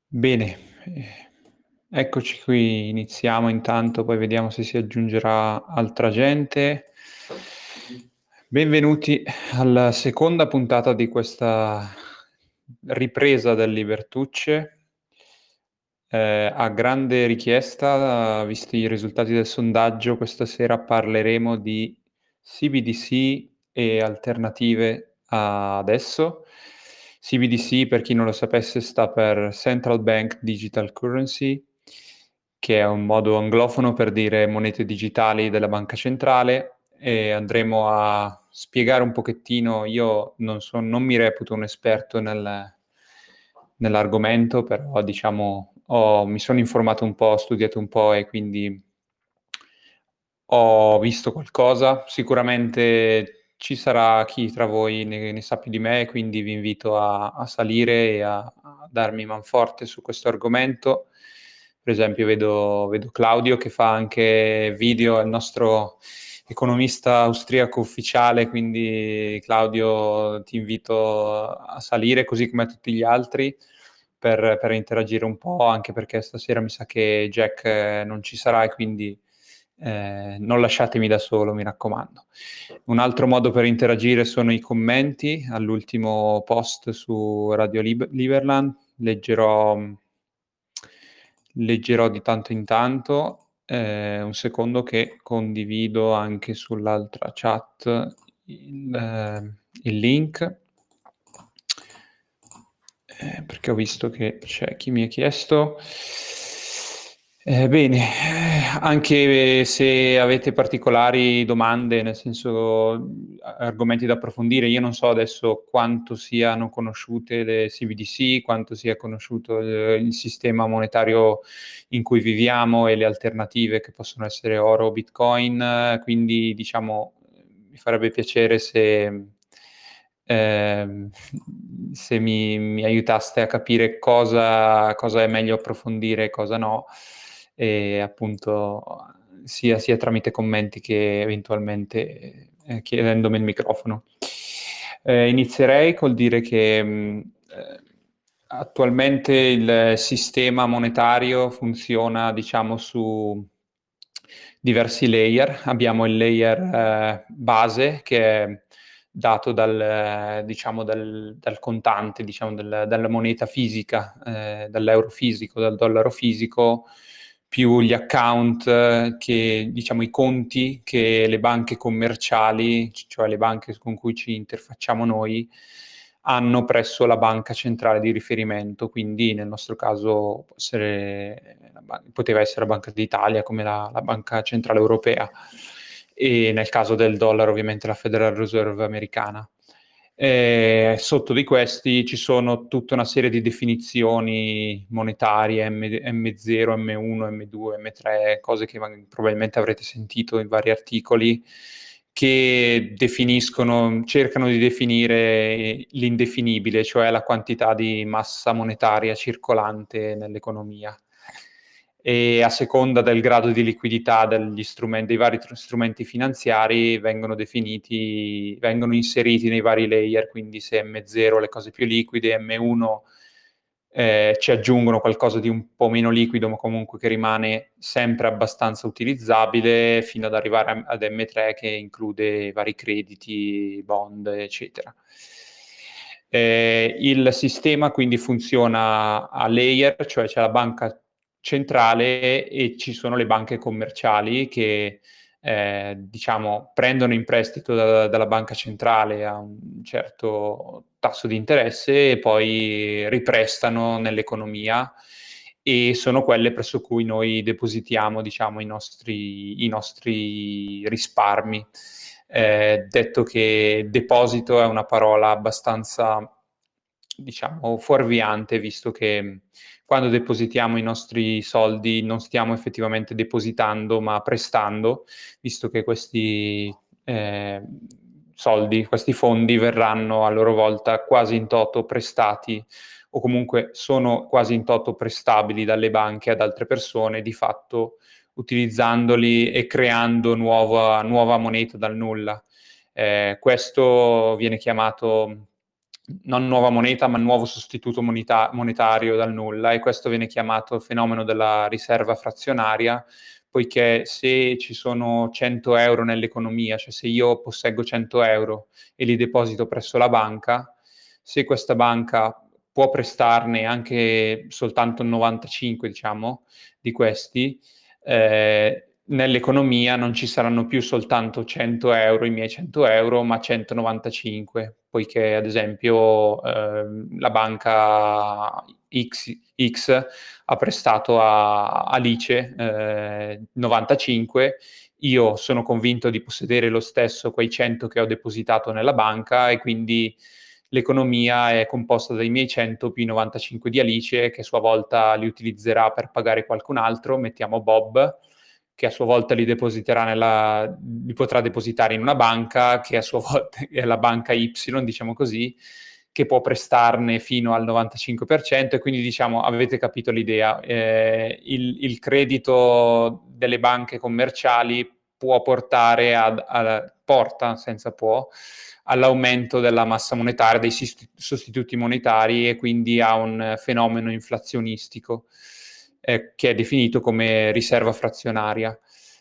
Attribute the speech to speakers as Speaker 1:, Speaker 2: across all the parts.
Speaker 1: Bene, eccoci qui, iniziamo intanto, poi vediamo se si aggiungerà altra gente. Benvenuti alla seconda puntata di questa ripresa del Libertucce. A grande richiesta, visti i risultati del sondaggio, questa sera parleremo di CBDC e alternative ad esso. CBDC, per chi non lo sapesse, sta per Central Bank Digital Currency, che è un modo anglofono per dire monete digitali della banca centrale, e andremo a spiegare un pochettino. Io non mi reputo un esperto nell'argomento, però diciamo mi sono informato un po', ho studiato un po' e quindi ho visto qualcosa. Sicuramente ci sarà chi tra voi ne sa più di me, quindi vi invito a salire e a darmi manforte su questo argomento. Per esempio vedo Claudio che fa anche video, è il nostro economista austriaco ufficiale, quindi Claudio ti invito a salire così come a tutti gli altri per interagire un po', anche perché stasera mi sa che Jack non ci sarà e quindi non lasciatemi da solo, mi raccomando. Un altro modo per interagire sono i commenti all'ultimo post su Radio Liberland. Leggerò di tanto in tanto. Un secondo che condivido anche sull'altra chat il link. Perché ho visto che c'è chi mi ha chiesto. Bene, anche se avete particolari domande, nel senso argomenti da approfondire, io non so adesso quanto siano conosciute le CBDC, quanto sia conosciuto il sistema monetario in cui viviamo e le alternative che possono essere oro o Bitcoin, quindi diciamo mi farebbe piacere ehm, se mi aiutaste a capire cosa è meglio approfondire e cosa no, e appunto sia tramite commenti che eventualmente chiedendomi il microfono. Inizierei col dire che attualmente il sistema monetario funziona, diciamo, su diversi layer. Abbiamo il layer base, che è dato diciamo, dal contante, diciamo, dalla moneta fisica, dall'euro fisico, dal dollaro fisico, più gli account, diciamo, i conti che le banche commerciali, cioè le banche con cui ci interfacciamo noi, hanno presso la banca centrale di riferimento. Quindi nel nostro caso poteva essere la Banca d'Italia come la Banca Centrale Europea, e nel caso del dollaro ovviamente la Federal Reserve americana. Sotto di questi ci sono tutta una serie di definizioni monetarie, M0, M1, M2, M3, cose che probabilmente avrete sentito in vari articoli, che cercano di definire l'indefinibile, cioè la quantità di massa monetaria circolante nell'economia. E a seconda del grado di liquidità dei vari strumenti finanziari vengono inseriti nei vari layer. Quindi se M0 le cose più liquide, M1 ci aggiungono qualcosa di un po' meno liquido, ma comunque che rimane sempre abbastanza utilizzabile, fino ad arrivare ad M3, che include vari crediti, bond, eccetera. Il sistema quindi funziona a layer, cioè c'è la banca centrale e ci sono le banche commerciali che diciamo prendono in prestito dalla banca centrale a un certo tasso di interesse e poi riprestano nell'economia, e sono quelle presso cui noi depositiamo, diciamo, i nostri risparmi. Detto che deposito è una parola abbastanza, diciamo, fuorviante, visto che quando depositiamo i nostri soldi non stiamo effettivamente depositando, ma prestando, visto che eh, questi fondi verranno a loro volta quasi in toto prestati, o comunque sono quasi in toto prestabili dalle banche ad altre persone, di fatto utilizzandoli e creando nuova moneta dal nulla. Questo viene chiamato non nuova moneta, ma nuovo sostituto monetario dal nulla, e questo viene chiamato il fenomeno della riserva frazionaria, poiché se ci sono 100 euro nell'economia, cioè se io posseggo 100 euro e li deposito presso la banca, se questa banca può prestarne anche soltanto 95, diciamo, di questi, nell'economia non ci saranno più soltanto 100 euro, i miei 100 euro, ma 195, poiché ad esempio la banca X ha prestato a Alice 95, io sono convinto di possedere lo stesso quei 100 che ho depositato nella banca, e quindi l'economia è composta dai miei 100 più i 95 di Alice, che a sua volta li utilizzerà per pagare qualcun altro, mettiamo Bob, che a sua volta li potrà depositare in una banca, che a sua volta è la banca Y, diciamo così, che può prestarne fino al 95%, e quindi diciamo, avete capito l'idea, il credito delle banche commerciali può portare porta, senza può, all'aumento della massa monetaria, dei sostituti monetari, e quindi a un fenomeno inflazionistico che è definito come riserva frazionaria.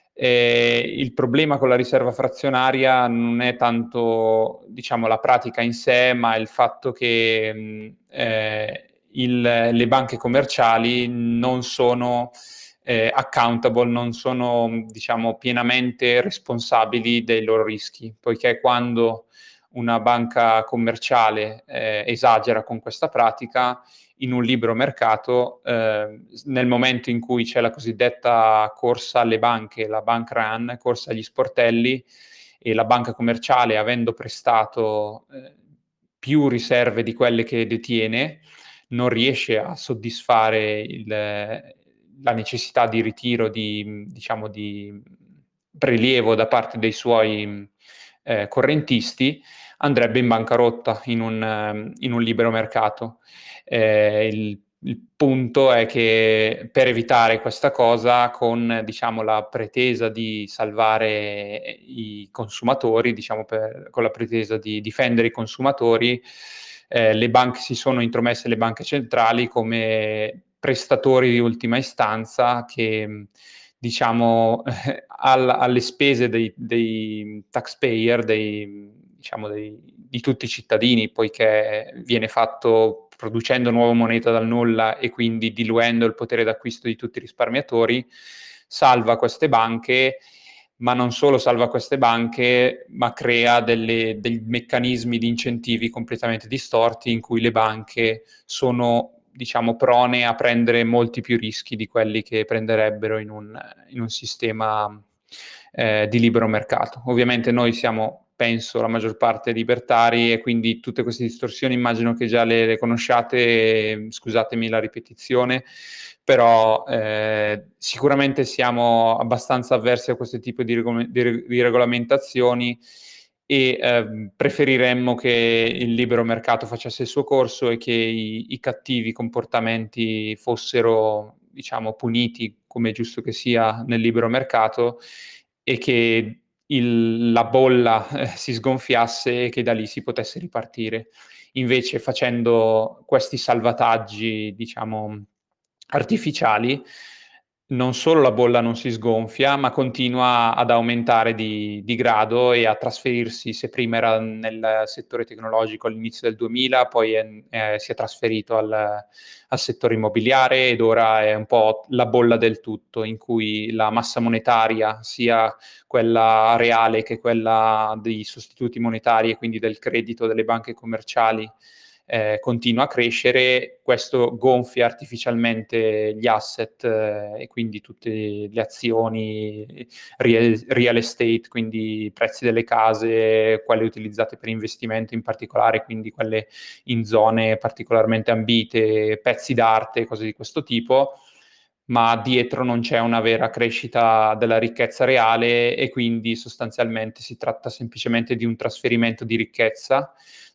Speaker 1: Il problema con la riserva frazionaria non è tanto, diciamo, la pratica in sé, ma il fatto che le banche commerciali non sono accountable, non sono, diciamo, pienamente responsabili dei loro rischi, poiché quando una banca commerciale esagera con questa pratica, in un libero mercato, nel momento in cui c'è la cosiddetta corsa alle banche, la bank run, corsa agli sportelli, e la banca commerciale, avendo prestato più riserve di quelle che detiene, non riesce a soddisfare la necessità di ritiro, diciamo, di prelievo da parte dei suoi correntisti, andrebbe in bancarotta in un libero mercato. Il punto è che per evitare questa cosa, con, diciamo, la pretesa di salvare i consumatori, diciamo, con la pretesa di difendere i consumatori, le banche si sono intromesse, le banche centrali, come prestatori di ultima istanza che, diciamo, alle spese dei taxpayer, diciamo, di tutti i cittadini, poiché viene fatto producendo nuova moneta dal nulla e quindi diluendo il potere d'acquisto di tutti i risparmiatori, salva queste banche, ma non solo salva queste banche, ma crea dei meccanismi di incentivi completamente distorti, in cui le banche sono, diciamo, prone a prendere molti più rischi di quelli che prenderebbero in un sistema di libero mercato. Ovviamente noi siamo, penso, la maggior parte libertari, e quindi tutte queste distorsioni immagino che già le conosciate, scusatemi la ripetizione, però sicuramente siamo abbastanza avversi a questo tipo di regolamentazioni, e preferiremmo che il libero mercato facesse il suo corso, e che i cattivi comportamenti fossero, diciamo, puniti, come è giusto che sia nel libero mercato, e che la bolla si sgonfiasse e che da lì si potesse ripartire. Invece, facendo questi salvataggi, diciamo, artificiali, non solo la bolla non si sgonfia, ma continua ad aumentare di grado e a trasferirsi. Se prima era nel settore tecnologico all'inizio del 2000, poi si è trasferito al settore immobiliare, ed ora è un po' la bolla del tutto, in cui la massa monetaria, sia quella reale che quella dei sostituti monetari, e quindi del credito delle banche commerciali, continua a crescere. Questo gonfia artificialmente gli asset, e quindi tutte le azioni, real estate, quindi i prezzi delle case, quelle utilizzate per investimento in particolare, quindi quelle in zone particolarmente ambite, pezzi d'arte, cose di questo tipo, ma dietro non c'è una vera crescita della ricchezza reale, e quindi sostanzialmente si tratta semplicemente di un trasferimento di ricchezza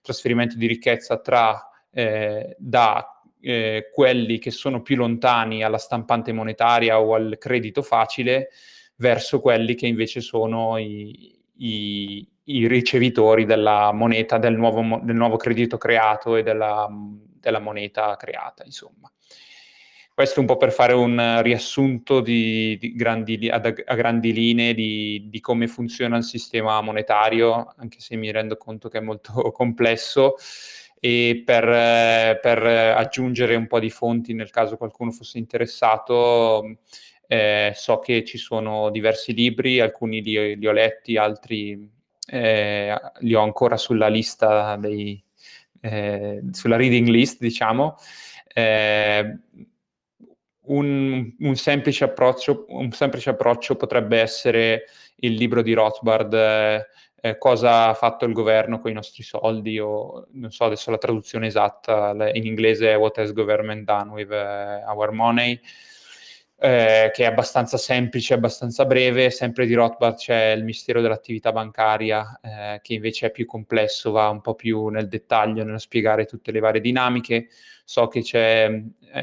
Speaker 1: da quelli che sono più lontani alla stampante monetaria o al credito facile, verso quelli che invece sono i ricevitori della moneta, del nuovo credito creato e della moneta creata, insomma. Questo un po' per fare un riassunto a grandi linee di come funziona il sistema monetario, anche se mi rendo conto che è molto complesso, e per aggiungere un po' di fonti nel caso qualcuno fosse interessato. So che ci sono diversi libri, alcuni li ho letti, altri li ho ancora sulla lista sulla reading list, diciamo. Un semplice approccio potrebbe essere il libro di Rothbard, cosa ha fatto il governo con i nostri soldi, o non so adesso la traduzione esatta, in inglese è What has government done with our money, che è abbastanza semplice, abbastanza breve. Sempre di Rothbard c'è Il mistero dell'attività bancaria, che invece è più complesso, va un po' più nel dettaglio, nello spiegare tutte le varie dinamiche. So che c'è...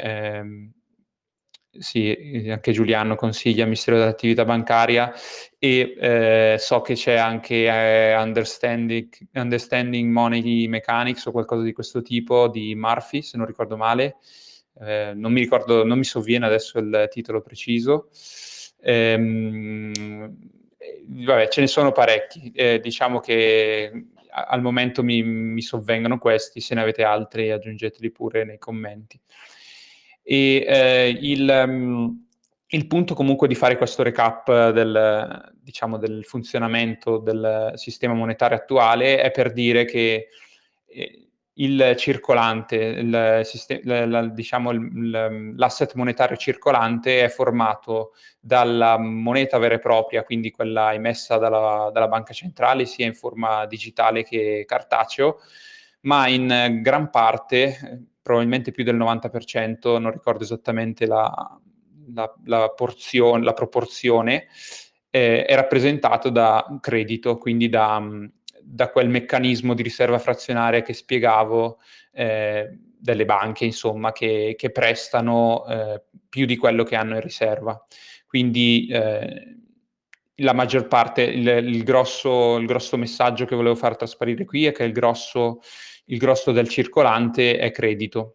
Speaker 1: sì, anche Giuliano consiglia Il mistero dell'attività bancaria, e so che c'è anche Understanding Money Mechanics o qualcosa di questo tipo di Murphy, se non ricordo male. Non mi ricordo, non mi sovviene adesso il titolo preciso. Vabbè, ce ne sono parecchi. Diciamo che al momento mi sovvengono questi, se ne avete altri aggiungeteli pure nei commenti. E il punto comunque di fare questo recap diciamo, del funzionamento del sistema monetario attuale è per dire che il circolante, diciamo, l'asset monetario circolante è formato dalla moneta vera e propria, quindi quella emessa dalla banca centrale, sia in forma digitale che cartaceo, ma in gran parte, probabilmente più del 90%, non ricordo esattamente la proporzione, è rappresentato da credito, quindi da quel meccanismo di riserva frazionaria che spiegavo, delle banche, insomma, che prestano più di quello che hanno in riserva. Quindi la maggior parte, il grosso messaggio che volevo far trasparire qui è che il grosso del circolante è credito.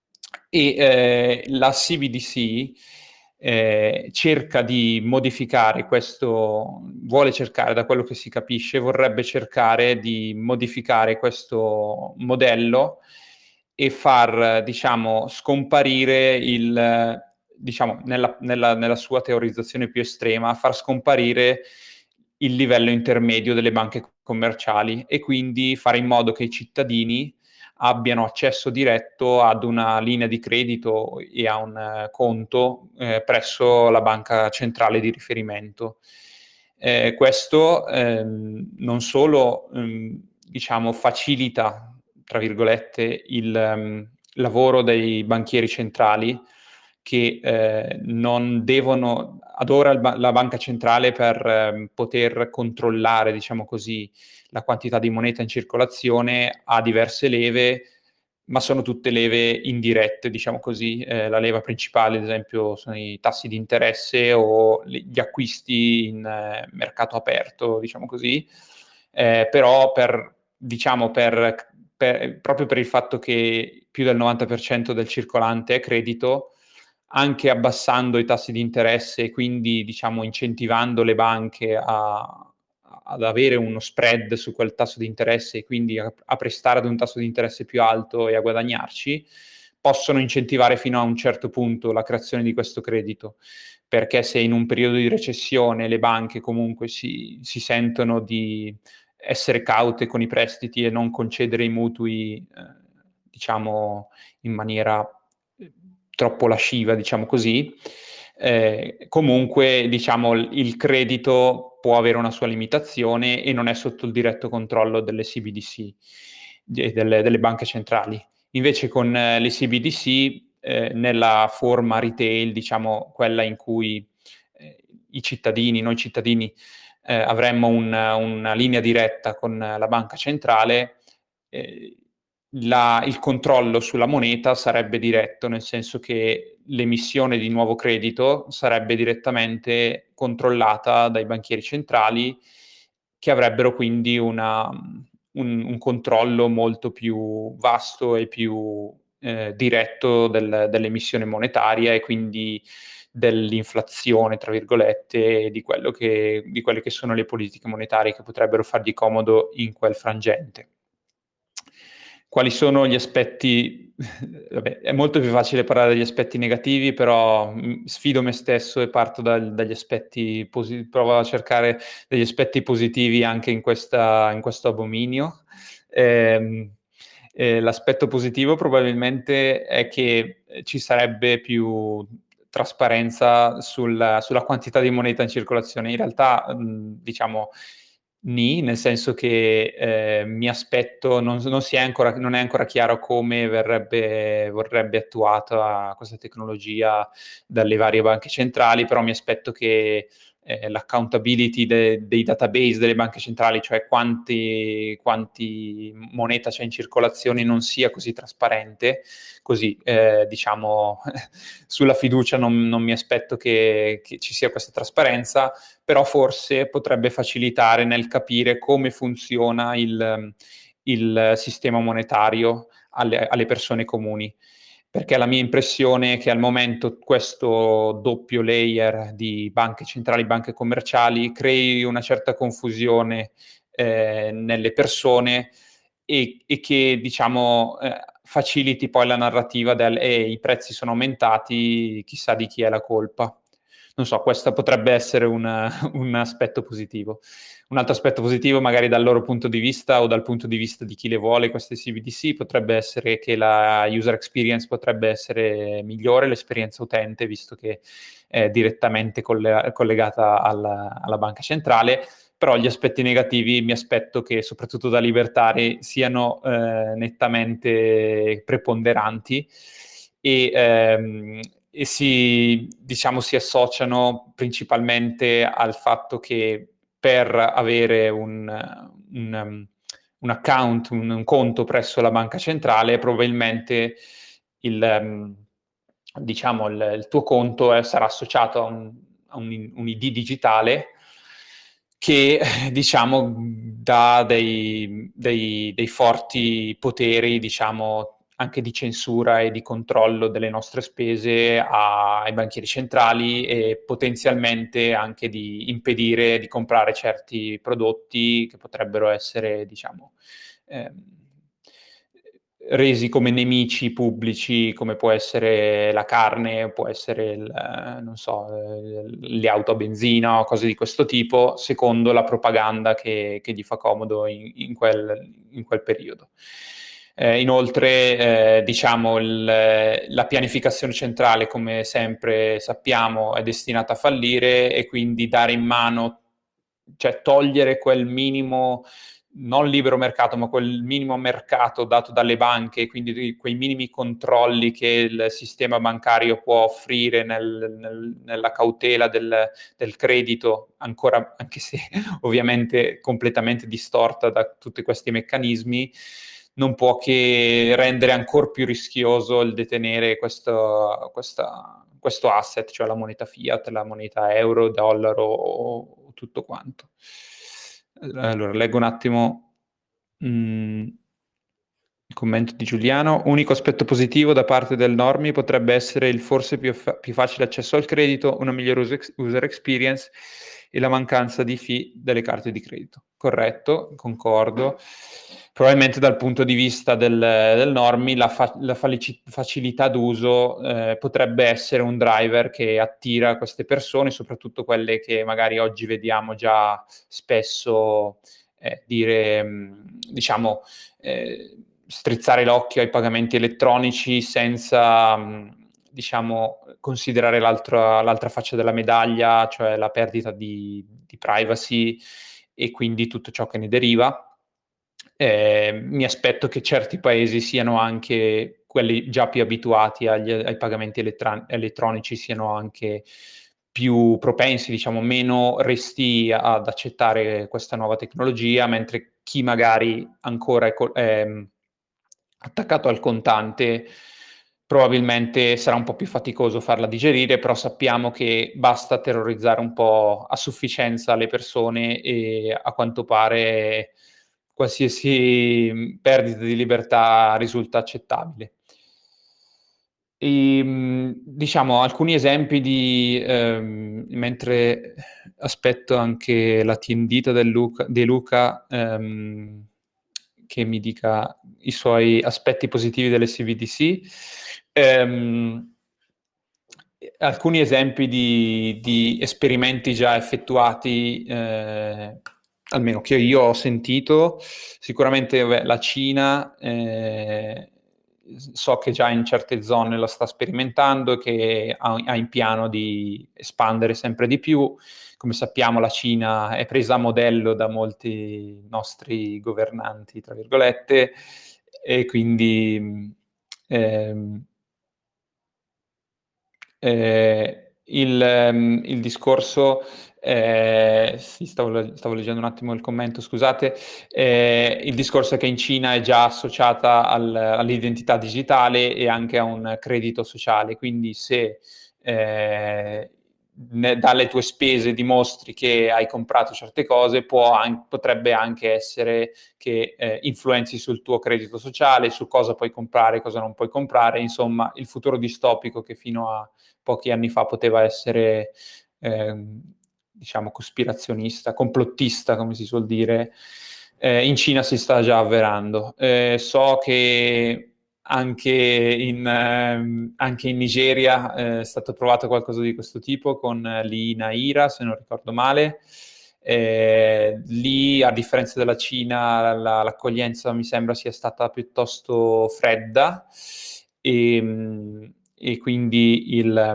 Speaker 1: E la CBDC cerca di modificare questo, vuole cercare, da quello che si capisce, vorrebbe cercare di modificare questo modello e far, diciamo, scomparire diciamo, nella sua teorizzazione più estrema, far scomparire il livello intermedio delle banche commerciali e quindi fare in modo che i cittadini abbiano accesso diretto ad una linea di credito e a un conto presso la banca centrale di riferimento. Questo non solo diciamo, facilita, tra virgolette, il lavoro dei banchieri centrali, che non devono, ad ora la banca centrale per poter controllare, diciamo così, la quantità di moneta in circolazione ha diverse leve, ma sono tutte leve indirette, diciamo così. La leva principale, ad esempio, sono i tassi di interesse o gli acquisti in mercato aperto, diciamo così. Però proprio per il fatto che più del 90% del circolante è credito, anche abbassando i tassi di interesse e quindi, diciamo, incentivando le banche ad avere uno spread su quel tasso di interesse e quindi a prestare ad un tasso di interesse più alto e a guadagnarci, possono incentivare fino a un certo punto la creazione di questo credito, perché se in un periodo di recessione le banche comunque si sentono di essere caute con i prestiti e non concedere i mutui, diciamo, in maniera troppo lasciva, diciamo così, comunque, diciamo, il credito può avere una sua limitazione e non è sotto il diretto controllo delle CBDC, delle banche centrali. Invece con le CBDC, nella forma retail, diciamo quella in cui noi cittadini, avremmo una linea diretta con la banca centrale, il controllo sulla moneta sarebbe diretto, nel senso che l'emissione di nuovo credito sarebbe direttamente controllata dai banchieri centrali che avrebbero quindi un controllo molto più vasto e più diretto dell'emissione monetaria e quindi dell'inflazione, tra virgolette, e di quelle che sono le politiche monetarie che potrebbero fargli comodo in quel frangente. Quali sono gli aspetti? Vabbè, è molto più facile parlare degli aspetti negativi, però sfido me stesso e parto dagli aspetti positivi, provo a cercare degli aspetti positivi anche in questo abominio. L'aspetto positivo probabilmente è che ci sarebbe più trasparenza sulla quantità di moneta in circolazione. In realtà, diciamo, nel senso che mi aspetto, non è ancora chiaro come vorrebbe attuata questa tecnologia dalle varie banche centrali, però mi aspetto che l'accountability dei database delle banche centrali, cioè quanti moneta c'è in circolazione, non sia così trasparente, così diciamo sulla fiducia non mi aspetto che ci sia questa trasparenza, però forse potrebbe facilitare nel capire come funziona il sistema monetario alle persone comuni. Perché la mia impressione è che al momento questo doppio layer di banche centrali, banche commerciali, crei una certa confusione nelle persone e che, diciamo, faciliti poi la narrativa i prezzi sono aumentati, chissà di chi è la colpa. Non so, questo potrebbe essere un aspetto positivo. Un altro aspetto positivo, magari dal loro punto di vista o dal punto di vista di chi le vuole, queste CBDC, potrebbe essere che la user experience potrebbe essere migliore, l'esperienza utente, visto che è direttamente collegata alla banca centrale, però gli aspetti negativi mi aspetto che, soprattutto da libertari, siano nettamente preponderanti e diciamo, si associano principalmente al fatto che per avere un account, un conto presso la banca centrale, probabilmente diciamo, il tuo conto sarà associato un ID digitale che, diciamo, dà dei forti poteri, diciamo, anche di censura e di controllo delle nostre spese ai banchieri centrali e potenzialmente anche di impedire di comprare certi prodotti che potrebbero essere, diciamo, resi come nemici pubblici, come può essere la carne, può essere non so, le auto a benzina o cose di questo tipo, secondo la propaganda che gli fa comodo in quel periodo. Inoltre, diciamo, la pianificazione centrale, come sempre sappiamo, è destinata a fallire e quindi dare in mano, cioè togliere quel minimo, non libero mercato, ma quel minimo mercato dato dalle banche, quindi quei minimi controlli che il sistema bancario può offrire nella cautela del credito, ancora, anche se ovviamente completamente distorta da tutti questi meccanismi, non può che rendere ancora più rischioso il detenere questo asset, cioè la moneta fiat, la moneta euro, dollaro o tutto quanto. Allora, leggo un attimo il commento di Giuliano. Unico aspetto positivo da parte del Normi potrebbe essere il forse più facile accesso al credito, una migliore user experience e la mancanza di fee delle carte di credito. Corretto, concordo. Probabilmente dal punto di vista del Normi la facilità d'uso potrebbe essere un driver che attira queste persone, soprattutto quelle che magari oggi vediamo già spesso dire, diciamo, strizzare l'occhio ai pagamenti elettronici senza, diciamo, considerare l'altra faccia della medaglia, cioè la perdita di privacy e quindi tutto ciò che ne deriva. Mi aspetto che certi paesi siano anche, quelli già più abituati ai pagamenti elettronici, siano anche più propensi, diciamo, meno restii ad accettare questa nuova tecnologia, mentre chi magari ancora è attaccato al contante probabilmente sarà un po' più faticoso farla digerire, però sappiamo che basta terrorizzare un po' a sufficienza le persone e a quanto pare qualsiasi perdita di libertà risulta accettabile. Diciamo alcuni esempi mentre aspetto anche la tendita di Luca, che mi dica i suoi aspetti positivi dell'SBDC. Alcuni esempi di esperimenti già effettuati, almeno che io ho sentito, sicuramente la Cina, so che già in certe zone la sta sperimentando e che ha in piano di espandere sempre di più. Come sappiamo, la Cina è presa a modello da molti nostri governanti, tra virgolette, e quindi il discorso, sì, stavo leggendo un attimo il commento, scusate, il discorso è che in Cina è già associata all'identità digitale e anche a un credito sociale, quindi se dalle tue spese dimostri che hai comprato certe cose, potrebbe anche essere che influenzi sul tuo credito sociale, su cosa puoi comprare e cosa non puoi comprare, insomma il futuro distopico che fino a pochi anni fa poteva essere, diciamo, cospirazionista, complottista, come si suol dire, in Cina si sta già avverando. So che anche in Nigeria è stato provato qualcosa di questo tipo con l'Inaira, se non ricordo male. Lì, a differenza della Cina, l'accoglienza mi sembra sia stata piuttosto fredda e quindi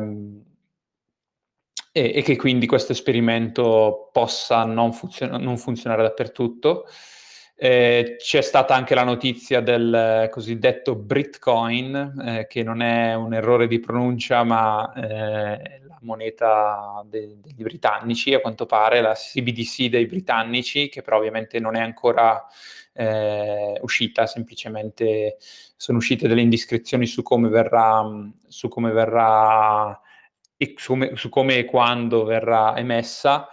Speaker 1: e che quindi questo esperimento possa non funzionare dappertutto. C'è stata anche la notizia del cosiddetto Britcoin, che non è un errore di pronuncia, ma è la moneta degli britannici, a quanto pare, la CBDC dei britannici, che però ovviamente non è ancora uscita, semplicemente sono uscite delle indiscrezioni su come verrà e su come e quando verrà emessa.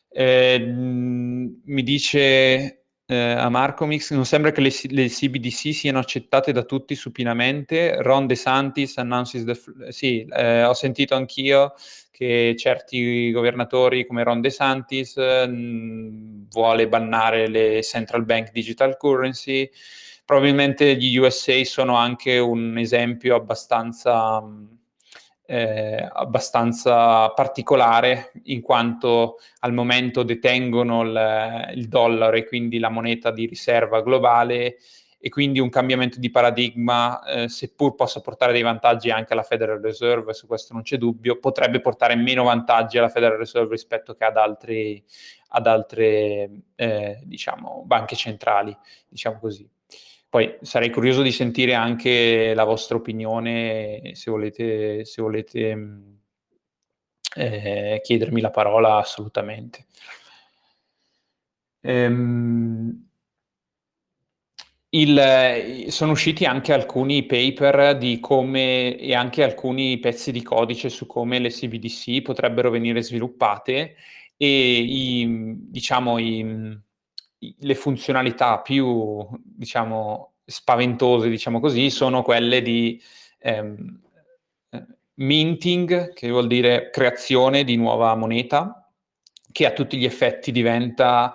Speaker 1: Mi dice a Marcomix, non sembra che le CBDC siano accettate da tutti supinamente. Ron DeSantis announces sì, ho sentito anch'io che certi governatori come Ron DeSantis vuole bannare le central bank digital currency. Probabilmente gli USA sono anche un esempio abbastanza particolare, in quanto al momento detengono il dollaro e quindi la moneta di riserva globale, e quindi un cambiamento di paradigma, seppur possa portare dei vantaggi anche alla Federal Reserve, su questo non c'è dubbio, potrebbe portare meno vantaggi alla Federal Reserve rispetto che ad altre diciamo, banche centrali, diciamo così. Poi sarei curioso di sentire anche la vostra opinione, se volete chiedermi la parola, assolutamente. Sono usciti anche alcuni paper di come, e anche alcuni pezzi di codice su come le CBDC potrebbero venire sviluppate, e diciamo, le funzionalità più, diciamo, spaventose, diciamo così, sono quelle di ehm, minting, che vuol dire creazione di nuova moneta, che a tutti gli effetti diventa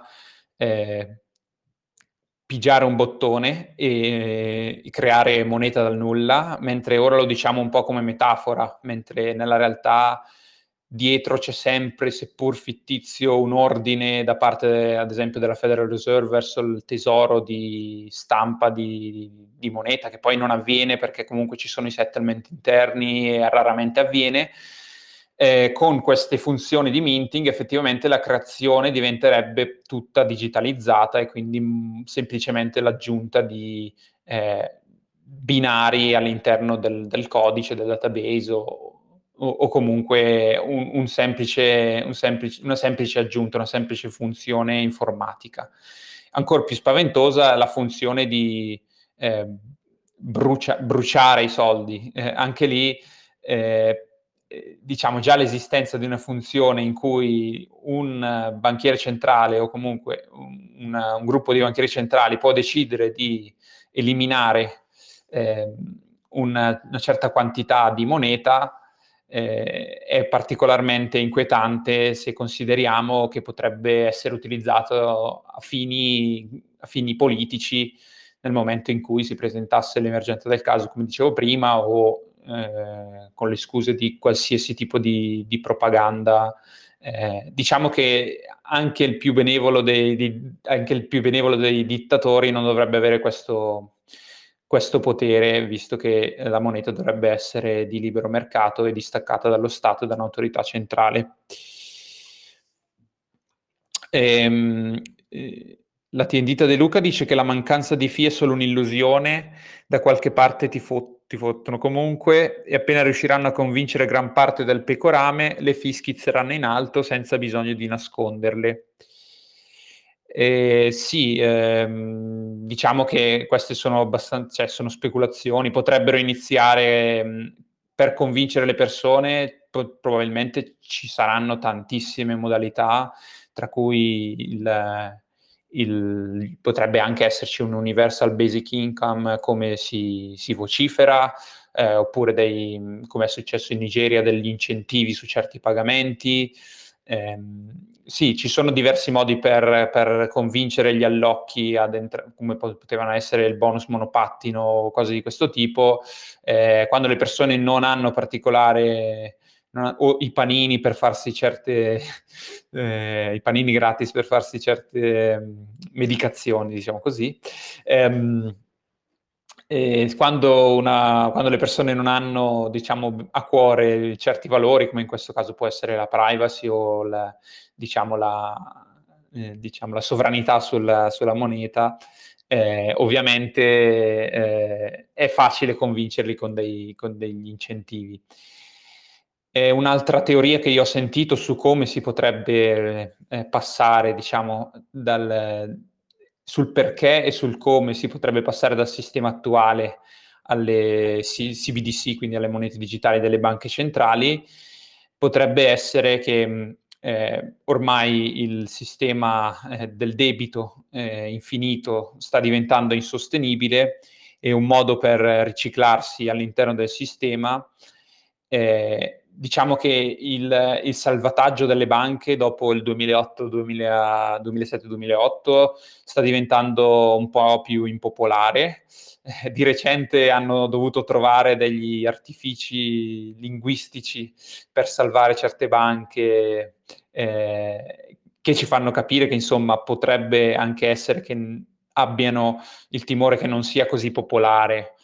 Speaker 1: pigiare un bottone e creare moneta dal nulla, mentre ora lo diciamo un po' come metafora, mentre nella realtà dietro c'è sempre, seppur fittizio, un ordine da parte, ad esempio, della Federal Reserve verso il tesoro di stampa di moneta, che poi non avviene perché comunque ci sono i settlement interni e raramente avviene. Con queste funzioni di minting effettivamente la creazione diventerebbe tutta digitalizzata e quindi semplicemente l'aggiunta di binari all'interno del codice, del database o comunque una semplice aggiunta, una semplice funzione informatica. Ancora più spaventosa è la funzione di bruciare i soldi. Anche lì, diciamo, già l'esistenza di una funzione in cui un banchiere centrale o comunque un gruppo di banchieri centrali può decidere di eliminare una certa quantità di moneta, è particolarmente inquietante se consideriamo che potrebbe essere utilizzato a fini politici nel momento in cui si presentasse l'emergenza del caso, come dicevo prima, o con le scuse di qualsiasi tipo di propaganda. Diciamo che anche il più benevolo anche il più benevolo dei dittatori non dovrebbe avere questo potere, visto che la moneta dovrebbe essere di libero mercato e distaccata dallo Stato e da un'autorità centrale. La Tiendita De Luca dice che la mancanza di FI è solo un'illusione, da qualche parte ti fottono comunque, e appena riusciranno a convincere gran parte del pecorame, le FI schizzeranno in alto senza bisogno di nasconderle. Sì, diciamo che queste sono cioè, sono speculazioni, potrebbero iniziare per convincere le persone, probabilmente ci saranno tantissime modalità, tra cui potrebbe anche esserci un universal basic income come si vocifera, oppure come è successo in Nigeria, degli incentivi su certi pagamenti. Sì, ci sono diversi modi per convincere gli allocchi come potevano essere il bonus monopattino o cose di questo tipo. Quando le persone non hanno o i panini per farsi i panini gratis per farsi certe medicazioni, diciamo così. Quando le persone non hanno, diciamo, a cuore certi valori, come in questo caso può essere la privacy o diciamo, la sovranità sulla moneta, ovviamente è facile convincerli con degli incentivi. Un'altra teoria che io ho sentito su come si potrebbe passare, diciamo, sul perché e sul come si potrebbe passare dal sistema attuale alle CBDC, quindi alle monete digitali delle banche centrali, potrebbe essere che ormai il sistema del debito infinito sta diventando insostenibile e un modo per riciclarsi all'interno del sistema. Diciamo che il salvataggio delle banche dopo il 2007-2008 sta diventando un po' più impopolare. Di recente hanno dovuto trovare degli artifici linguistici per salvare certe banche, che ci fanno capire che insomma potrebbe anche essere che abbiano il timore che non sia così popolare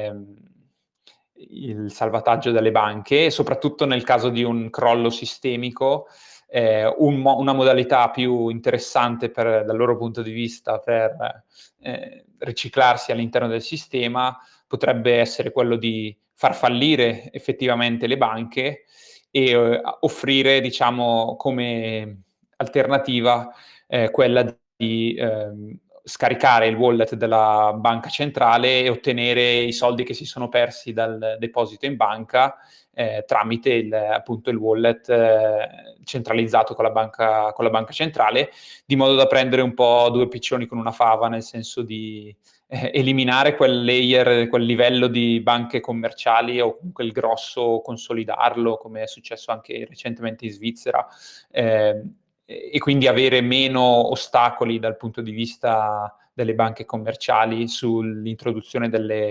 Speaker 1: il salvataggio delle banche, e soprattutto nel caso di un crollo sistemico, una modalità più interessante dal loro punto di vista per riciclarsi all'interno del sistema potrebbe essere quello di far fallire effettivamente le banche e offrire, diciamo, come alternativa quella di scaricare il wallet della banca centrale e ottenere i soldi che si sono persi dal deposito in banca tramite appunto il wallet centralizzato con la banca centrale, di modo da prendere un po' due piccioni con una fava, nel senso di eliminare quel layer, quel livello di banche commerciali o comunque il grosso, consolidarlo, come è successo anche recentemente in Svizzera, e quindi avere meno ostacoli dal punto di vista delle banche commerciali sull'introduzione delle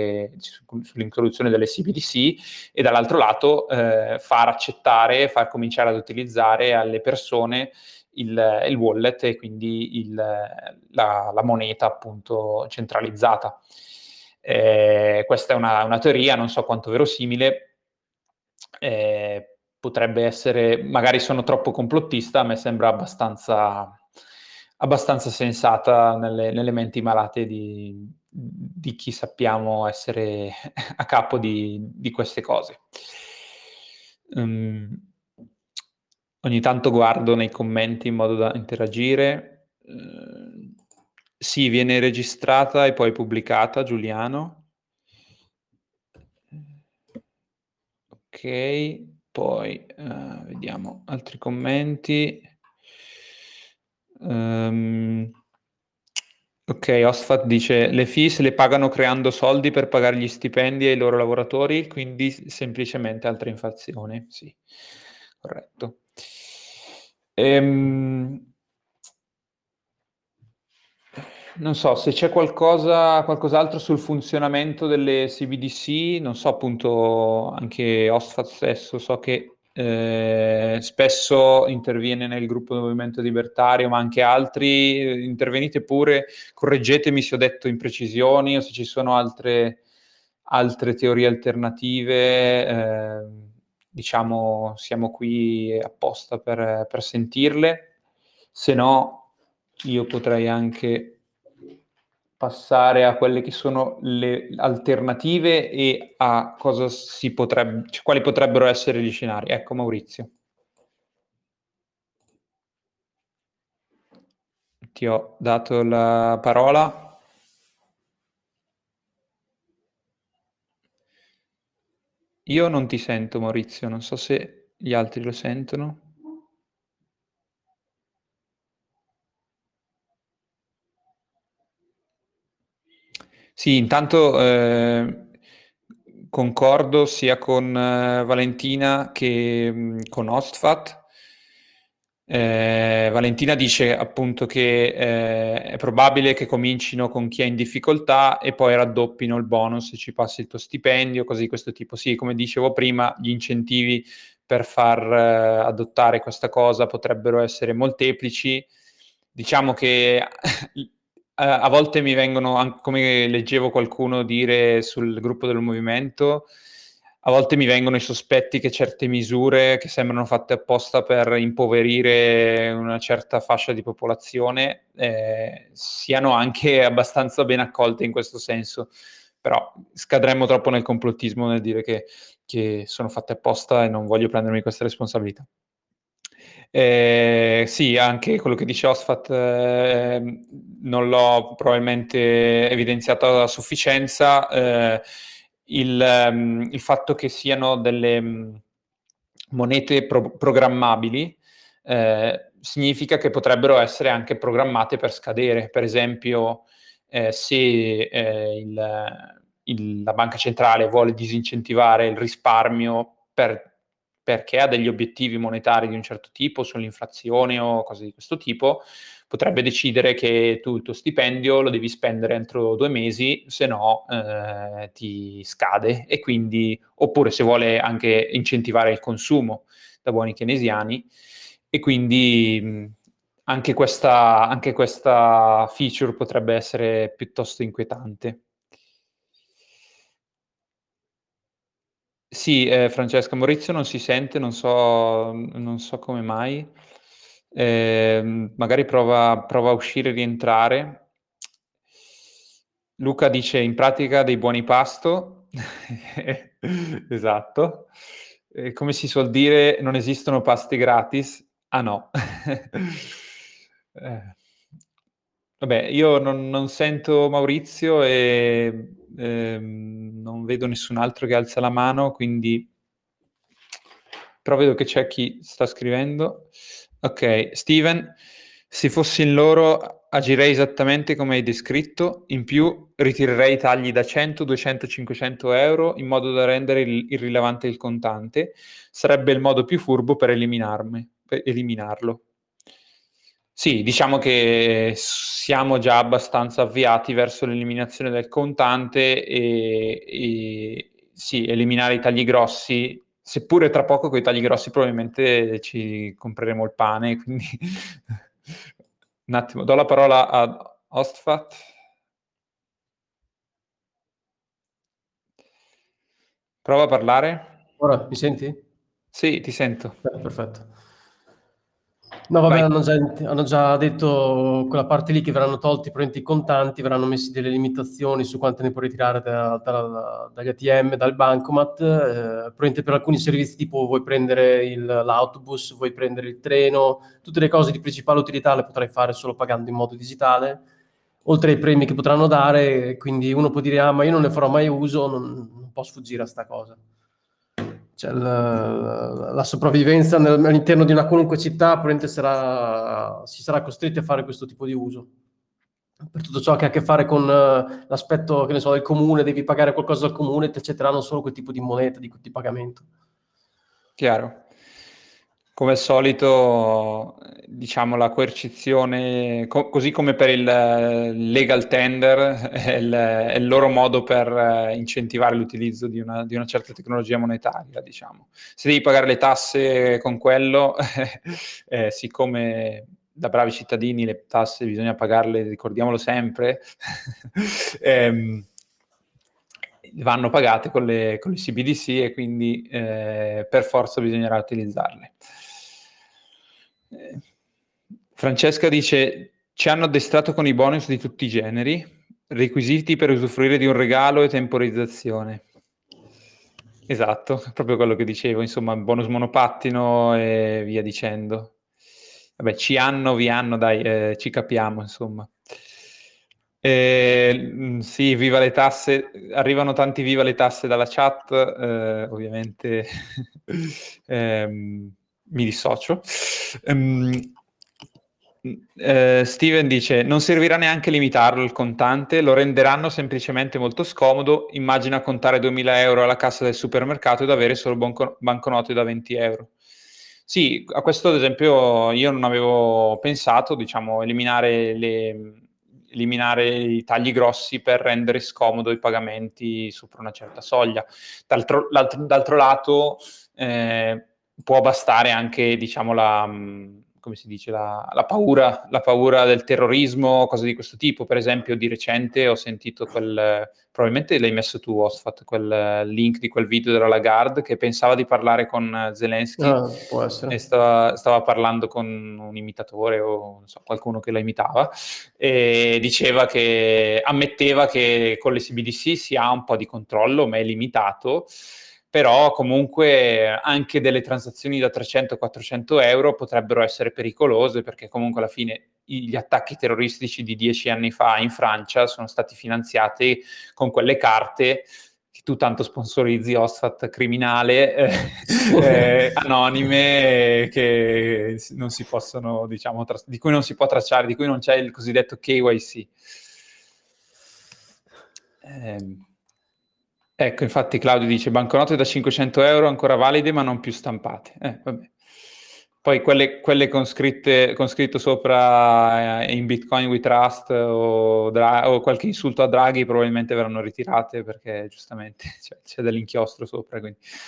Speaker 1: CBDC, e dall'altro lato far cominciare ad utilizzare alle persone il wallet e quindi la moneta appunto centralizzata. Questa è una teoria, non so quanto verosimile, potrebbe essere, magari sono troppo complottista, a me sembra abbastanza sensata nelle menti malate di chi sappiamo essere a capo di queste cose. Ogni tanto guardo nei commenti in modo da interagire. Sì, viene registrata e poi pubblicata, Giuliano. Ok, poi vediamo altri commenti. Ok, Osfat dice le fee se le pagano creando soldi per pagare gli stipendi ai loro lavoratori, quindi semplicemente altra inflazione. Sì, corretto. Non so se c'è qualcos'altro sul funzionamento delle CBDC, non so appunto anche Ostfat stesso, so che spesso interviene nel gruppo del Movimento Libertario, ma anche altri, intervenite pure, correggetemi se ho detto imprecisioni o se ci sono altre teorie alternative, diciamo siamo qui apposta per sentirle, se no io potrei anche passare a quelle che sono le alternative e a cosa si potrebbe, cioè, quali potrebbero essere gli scenari. Ecco Maurizio. Ti ho dato la parola. Io non ti sento Maurizio, non so se gli altri lo sentono. Sì, intanto concordo sia con Valentina che con Ostfat. Valentina dice appunto che è probabile che comincino con chi è in difficoltà e poi raddoppino il bonus se ci passi il tuo stipendio, cose di questo tipo. Sì, come dicevo prima, gli incentivi per far adottare questa cosa potrebbero essere molteplici. Diciamo che a volte mi vengono, come leggevo qualcuno dire sul gruppo del movimento, a volte mi vengono i sospetti che certe misure che sembrano fatte apposta per impoverire una certa fascia di popolazione siano anche abbastanza ben accolte in questo senso. Però scadremmo troppo nel complottismo nel dire che sono fatte apposta e non voglio prendermi questa responsabilità. Sì, anche quello che dice Osfat non l'ho probabilmente evidenziato a sufficienza. Il fatto che siano delle monete programmabili significa che potrebbero essere anche programmate per scadere. Per esempio, se la banca centrale vuole disincentivare il risparmio perché ha degli obiettivi monetari di un certo tipo, sull'inflazione o cose di questo tipo, potrebbe decidere che tu il tuo stipendio lo devi spendere entro 2 mesi, se no ti scade. E quindi, oppure se vuole anche incentivare il consumo da buoni keynesiani, e quindi anche questa feature potrebbe essere piuttosto inquietante. Sì, Francesca, Maurizio non si sente, non so come mai. Magari prova a uscire e rientrare. Luca dice in pratica dei buoni pasto. Esatto. Come si suol dire, non esistono pasti gratis. Ah no. Eh, Vabbè, io non sento Maurizio e non vedo nessun altro che alza la mano, quindi però vedo che c'è chi sta scrivendo. Ok, Steven, se fossi in loro agirei esattamente come hai descritto, in più ritirerei i tagli da 100, 200, 500 euro in modo da rendere irrilevante il contante. Sarebbe il modo più furbo per eliminarlo. Sì, diciamo che siamo già abbastanza avviati verso l'eliminazione del contante e sì, eliminare i tagli grossi, seppure tra poco con i tagli grossi probabilmente ci compreremo il pane, quindi un attimo, do la parola a Ostfat. Prova a parlare.
Speaker 2: Ora mi senti?
Speaker 1: Sì, ti sento.
Speaker 2: Perfetto. No, vabbè,
Speaker 1: Vai.
Speaker 2: hanno già detto quella parte lì che verranno tolti probabilmente i contanti, verranno messi delle limitazioni su quanto ne puoi ritirare dagli ATM, dal bancomat. Probabilmente per alcuni servizi tipo vuoi prendere l'autobus, vuoi prendere il treno, tutte le cose di principale utilità le potrai fare solo pagando in modo digitale, oltre ai premi che potranno dare. Quindi uno può dire, ah, ma io non ne farò mai uso, non può sfuggire a sta cosa. cioè, la sopravvivenza all'interno di una qualunque città probabilmente si sarà costretti a fare questo tipo di uso. Per tutto ciò che ha a che fare con l'aspetto, che ne so, del comune, devi pagare qualcosa al comune, ti accetteranno solo quel tipo di moneta, di pagamento.
Speaker 1: Chiaro. Come al solito, diciamo, la coercizione, così come per il legal tender, è il loro modo per incentivare l'utilizzo di una certa tecnologia monetaria, diciamo. Se devi pagare le tasse con quello, siccome da bravi cittadini le tasse bisogna pagarle, ricordiamolo sempre, vanno pagate con le CBDC e quindi per forza bisognerà utilizzarle. Francesca dice: ci hanno addestrato con i bonus di tutti i generi, requisiti per usufruire di un regalo e temporizzazione. Esatto, proprio quello che dicevo, insomma, bonus monopattino e via dicendo. Vabbè, vi hanno, dai, ci capiamo, insomma. Sì, viva le tasse, arrivano tanti viva le tasse dalla chat, ovviamente mi dissocio. Steven dice: non servirà neanche limitarlo il contante, lo renderanno semplicemente molto scomodo. Immagina contare 2000 euro alla cassa del supermercato ed avere solo banconote da 20 euro. Sì, a questo ad esempio io non avevo pensato, diciamo, eliminare i tagli grossi per rendere scomodo i pagamenti sopra una certa soglia. D'altro lato può bastare anche, diciamo, come si dice, la paura del terrorismo, cose di questo tipo. Per esempio, di recente ho sentito probabilmente l'hai messo tu, Osfat, quel link di quel video della Lagarde che pensava di parlare con Zelensky
Speaker 2: Può essere.
Speaker 1: e stava parlando con un imitatore o non so, qualcuno che la imitava e ammetteva che con le CBDC si ha un po' di controllo, ma è limitato. Però comunque anche delle transazioni da 300-400 euro potrebbero essere pericolose, perché comunque alla fine gli attacchi terroristici di 10 anni fa in Francia sono stati finanziati con quelle carte che tu tanto sponsorizzi, Osfat criminale, anonime, che non si possono, diciamo, di cui non si può tracciare, di cui non c'è il cosiddetto KYC. Ecco, infatti Claudio dice: banconote da 500 euro ancora valide ma non più stampate. Vabbè. Poi quelle con scritto sopra in Bitcoin we trust o qualche insulto a Draghi probabilmente verranno ritirate, perché giustamente c'è dell'inchiostro sopra.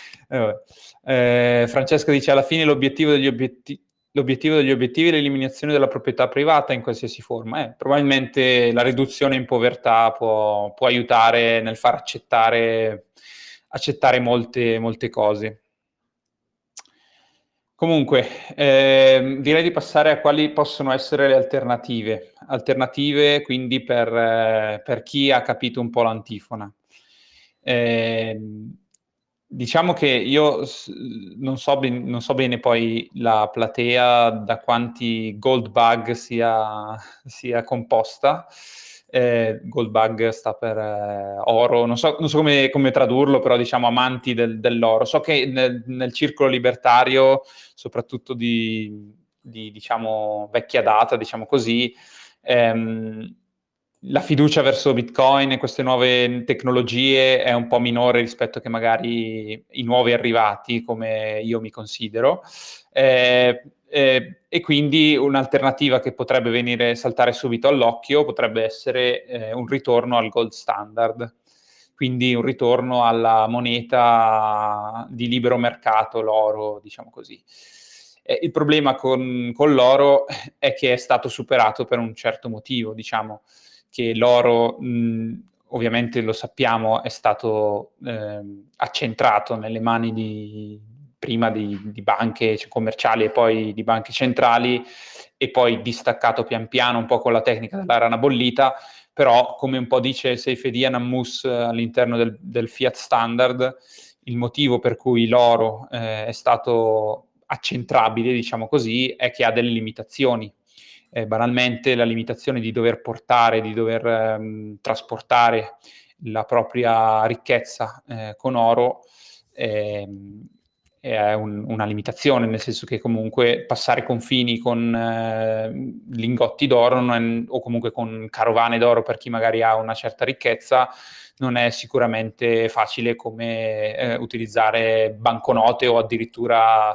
Speaker 1: Francesca dice: alla fine l'obiettivo degli obiettivi è l'eliminazione della proprietà privata in qualsiasi forma. Probabilmente la riduzione in povertà può aiutare nel far accettare molte cose. Comunque, direi di passare a quali possono essere le alternative. Alternative quindi per chi ha capito un po' l'antifona. Diciamo che io non so bene poi la platea da quanti gold bug sia composta. Gold bug sta per oro, non so come tradurlo, però diciamo amanti dell'oro. So che nel circolo libertario, soprattutto di diciamo vecchia data, diciamo così, la fiducia verso Bitcoin e queste nuove tecnologie è un po' minore rispetto che magari i nuovi arrivati, come io mi considero. E quindi un'alternativa che potrebbe saltare subito all'occhio potrebbe essere un ritorno al gold standard, quindi un ritorno alla moneta di libero mercato, l'oro, diciamo così. Il problema con l'oro è che è stato superato per un certo motivo, diciamo che l'oro, ovviamente lo sappiamo, è stato accentrato nelle mani prima di banche commerciali e poi di banche centrali, e poi distaccato pian piano un po' con la tecnica della rana bollita. Però, come un po' dice Saifedean Ammous all'interno del Fiat Standard, il motivo per cui l'oro è stato accentrabile, diciamo così, è che ha delle limitazioni. Banalmente la limitazione di dover portare, di dover trasportare la propria ricchezza con oro è una limitazione, nel senso che comunque passare confini con lingotti d'oro o comunque con carovane d'oro per chi magari ha una certa ricchezza non è sicuramente facile come utilizzare banconote o addirittura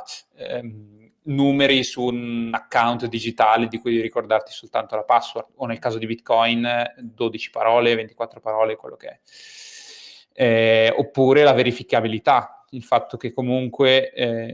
Speaker 1: numeri su un account digitale di cui devi ricordarti soltanto la password, o nel caso di Bitcoin 12 parole, 24 parole, quello che è. Oppure la verificabilità, il fatto che comunque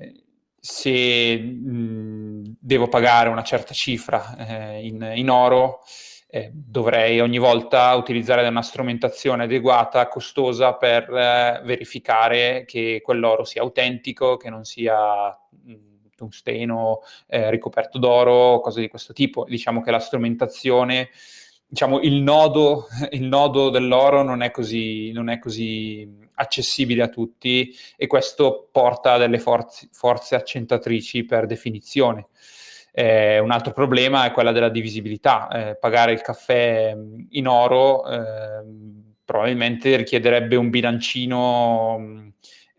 Speaker 1: se devo pagare una certa cifra in oro, dovrei ogni volta utilizzare una strumentazione adeguata, costosa, per verificare che quell'oro sia autentico, che non sia tungsteno ricoperto d'oro, cose di questo tipo. Diciamo che la strumentazione, diciamo il nodo dell'oro non è così accessibile a tutti, e questo porta a delle forze accentratrici per definizione. Un altro problema è quella della divisibilità. Pagare il caffè in oro probabilmente richiederebbe un bilancino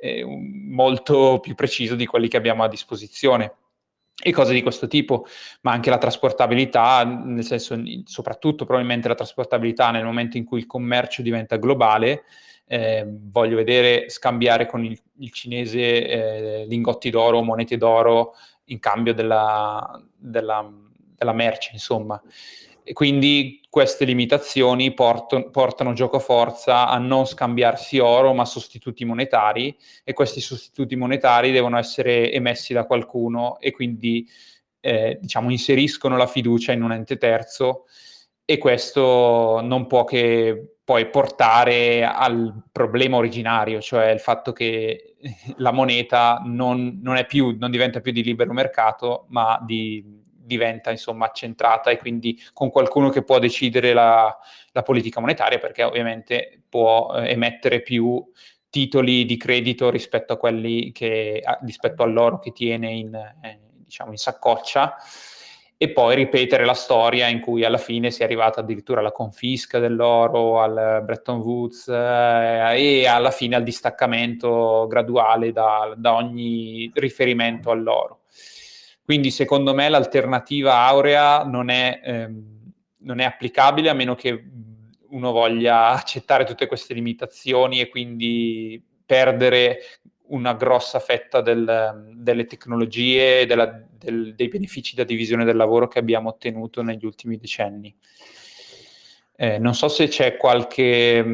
Speaker 1: molto più preciso di quelli che abbiamo a disposizione, e cose di questo tipo, ma anche la trasportabilità, nel senso, soprattutto probabilmente la trasportabilità nel momento in cui il commercio diventa globale. Voglio vedere scambiare con il cinese lingotti d'oro o monete d'oro in cambio della merce, insomma. E quindi queste limitazioni portano giocoforza a non scambiarsi oro, ma sostituti monetari, e questi sostituti monetari devono essere emessi da qualcuno, e quindi diciamo inseriscono la fiducia in un ente terzo, e questo non può che poi portare al problema originario, cioè il fatto che la moneta non diventa più di libero mercato, ma diventa insomma accentrata, e quindi con qualcuno che può decidere la politica monetaria, perché ovviamente può emettere più titoli di credito rispetto rispetto all'oro che tiene diciamo in saccoccia, e poi ripetere la storia in cui alla fine si è arrivata addirittura alla confisca dell'oro, al Bretton Woods, e alla fine al distaccamento graduale da ogni riferimento all'oro. Quindi secondo me l'alternativa aurea non è applicabile, a meno che uno voglia accettare tutte queste limitazioni e quindi perdere una grossa fetta delle tecnologie e dei benefici da divisione del lavoro che abbiamo ottenuto negli ultimi decenni. Non so se c'è qualche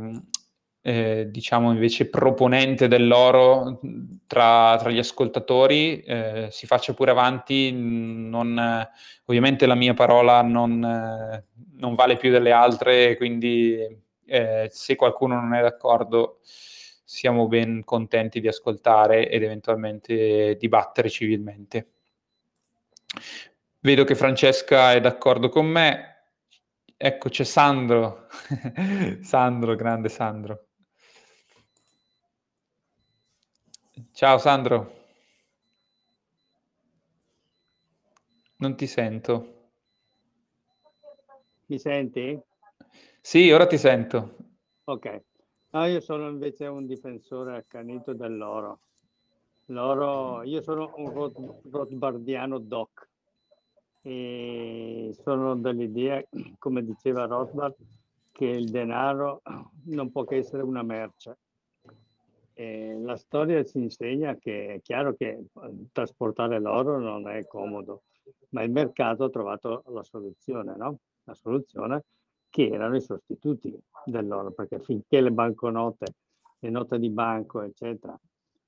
Speaker 1: diciamo invece proponente dell'oro tra gli ascoltatori, si faccia pure avanti. Ovviamente la mia parola non vale più delle altre, quindi se qualcuno non è d'accordo siamo ben contenti di ascoltare ed eventualmente dibattere civilmente. Vedo che Francesca è d'accordo con me. Ecco, c'è Sandro. Sandro, grande Sandro. Ciao Sandro. Non ti sento.
Speaker 3: Mi senti?
Speaker 1: Sì, ora ti sento.
Speaker 3: Ok. No, io sono invece un difensore accanito dell'oro. L'oro, io sono un rothbardiano doc, e sono dell'idea, come diceva Rothbard, che il denaro non può che essere una merce. La storia ci insegna che è chiaro che trasportare l'oro non è comodo, ma il mercato ha trovato la soluzione, no? La soluzione che erano i sostituti dell'oro, perché finché le banconote, le note di banco, eccetera,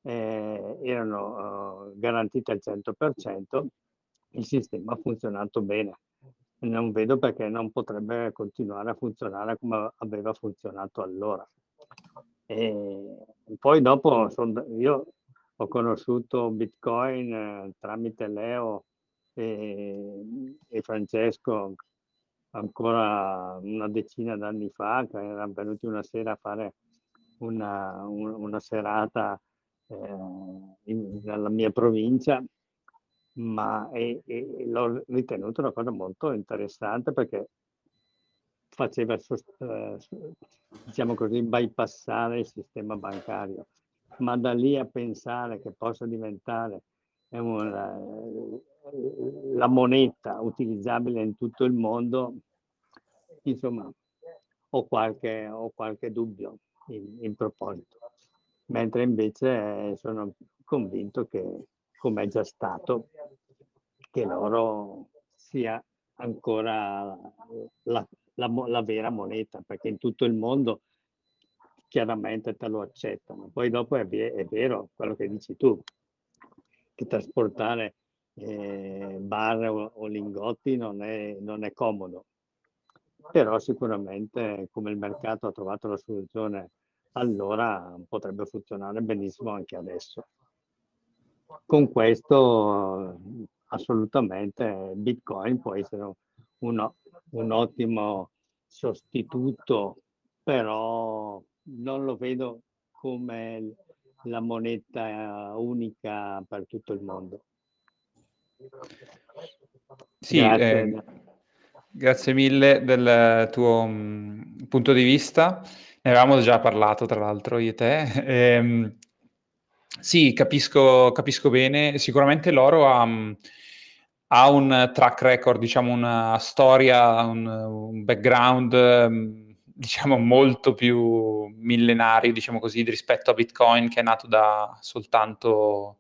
Speaker 3: erano garantite al 100%, il sistema ha funzionato bene. Non vedo perché non potrebbe continuare a funzionare come aveva funzionato allora. E poi dopo io ho conosciuto Bitcoin tramite Leo e Francesco ancora una decina d'anni fa, che erano venuti una sera a fare una serata nella mia provincia, ma l'ho ritenuto una cosa molto interessante, perché faceva, diciamo così, bypassare il sistema bancario. ma da lì a pensare che possa diventare la moneta utilizzabile in tutto il mondo, insomma, ho qualche dubbio in proposito. Mentre invece sono convinto che, come è già stato, che l'oro sia ancora la vera moneta, perché in tutto il mondo chiaramente te lo accettano. Poi dopo è vero quello che dici tu, che trasportare barre o lingotti non è comodo, però sicuramente come il mercato ha trovato la soluzione allora, potrebbe funzionare benissimo anche adesso. Con questo assolutamente Bitcoin può essere un ottimo sostituto, però non lo vedo come la moneta unica per tutto il mondo.
Speaker 1: Sì, grazie mille del tuo punto di vista. Ne avevamo già parlato, tra l'altro, io e te. Sì, capisco bene. Sicuramente l'oro ha un track record, diciamo una storia, un background, diciamo molto più millenario, diciamo così, rispetto a Bitcoin, che è nato da soltanto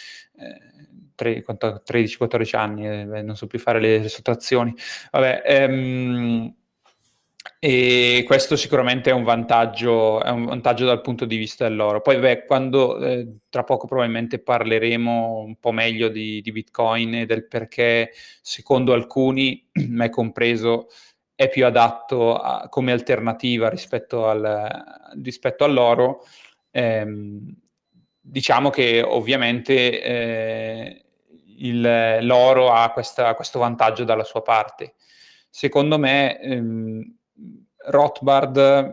Speaker 1: 13-14 anni, non so più fare le sottrazioni. Vabbè, e questo sicuramente è un vantaggio dal punto di vista dell'oro. Poi quando tra poco probabilmente parleremo un po' meglio di Bitcoin e del perché, secondo alcuni, me compreso, è più adatto come alternativa rispetto all'oro. Diciamo che ovviamente l'oro ha questo vantaggio dalla sua parte. Secondo me Rothbard